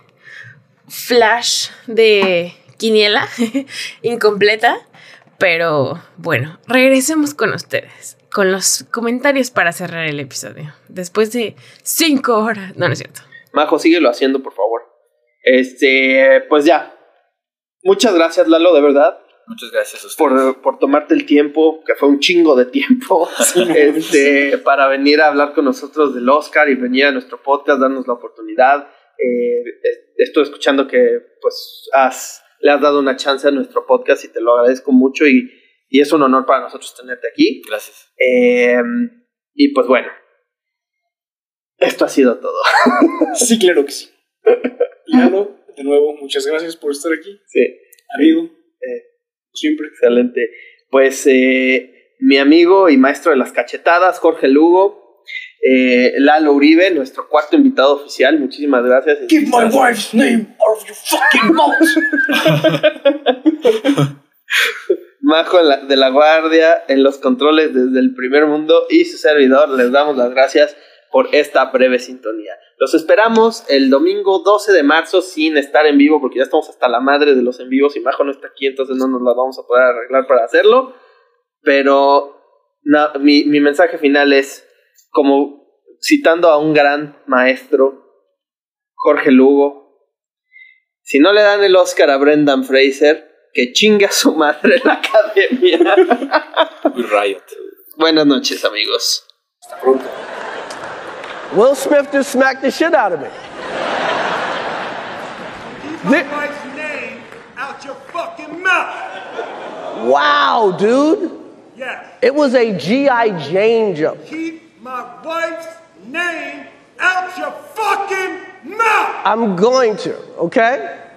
flash de quiniela incompleta. Pero bueno, regresemos con ustedes, con los comentarios para cerrar el episodio. Después de cinco horas. No, no es cierto. Majo, síguelo haciendo, por favor. Este, pues ya. Muchas gracias, Lalo, de verdad. Muchas gracias a ustedes. Por, por tomarte el tiempo, que fue un chingo de tiempo, este, para venir a hablar con nosotros del Oscar y venir a nuestro podcast, darnos la oportunidad. Eh, estoy escuchando que pues has... le has dado una chance a nuestro podcast y te lo agradezco mucho y, y es un honor para nosotros tenerte aquí. Gracias. Eh, y pues bueno, esto ha sido todo. Sí, claro que sí. Lalo, de nuevo, muchas gracias por estar aquí. Sí. Amigo, Eh, siempre. excelente. Pues eh, mi amigo y maestro de las cachetadas, Jorge Lugo, eh, Lalo Uribe, nuestro cuarto invitado oficial, muchísimas gracias. Give my wife's name out of your fucking mouth. Majo la, de la Guardia en los controles desde el primer mundo y su servidor, les damos las gracias por esta breve sintonía. Los esperamos el domingo doce de marzo sin estar en vivo porque ya estamos hasta la madre de los en vivos y Majo no está aquí, entonces no nos la vamos a poder arreglar para hacerlo. Pero no, mi, mi mensaje final es, como citando a un gran maestro, Jorge Lugo: si no le dan el Oscar a Brendan Fraser, que chingue a su madre la academia. Riot. Buenas noches, amigos. Hasta pronto. Will Smith just smacked the shit out of me. Keep my wife's name out your fucking mouth. Wow, dude. Yes. It was a G I. Jane joke. Keep my wife's name out your fucking mouth. I'm going to, okay?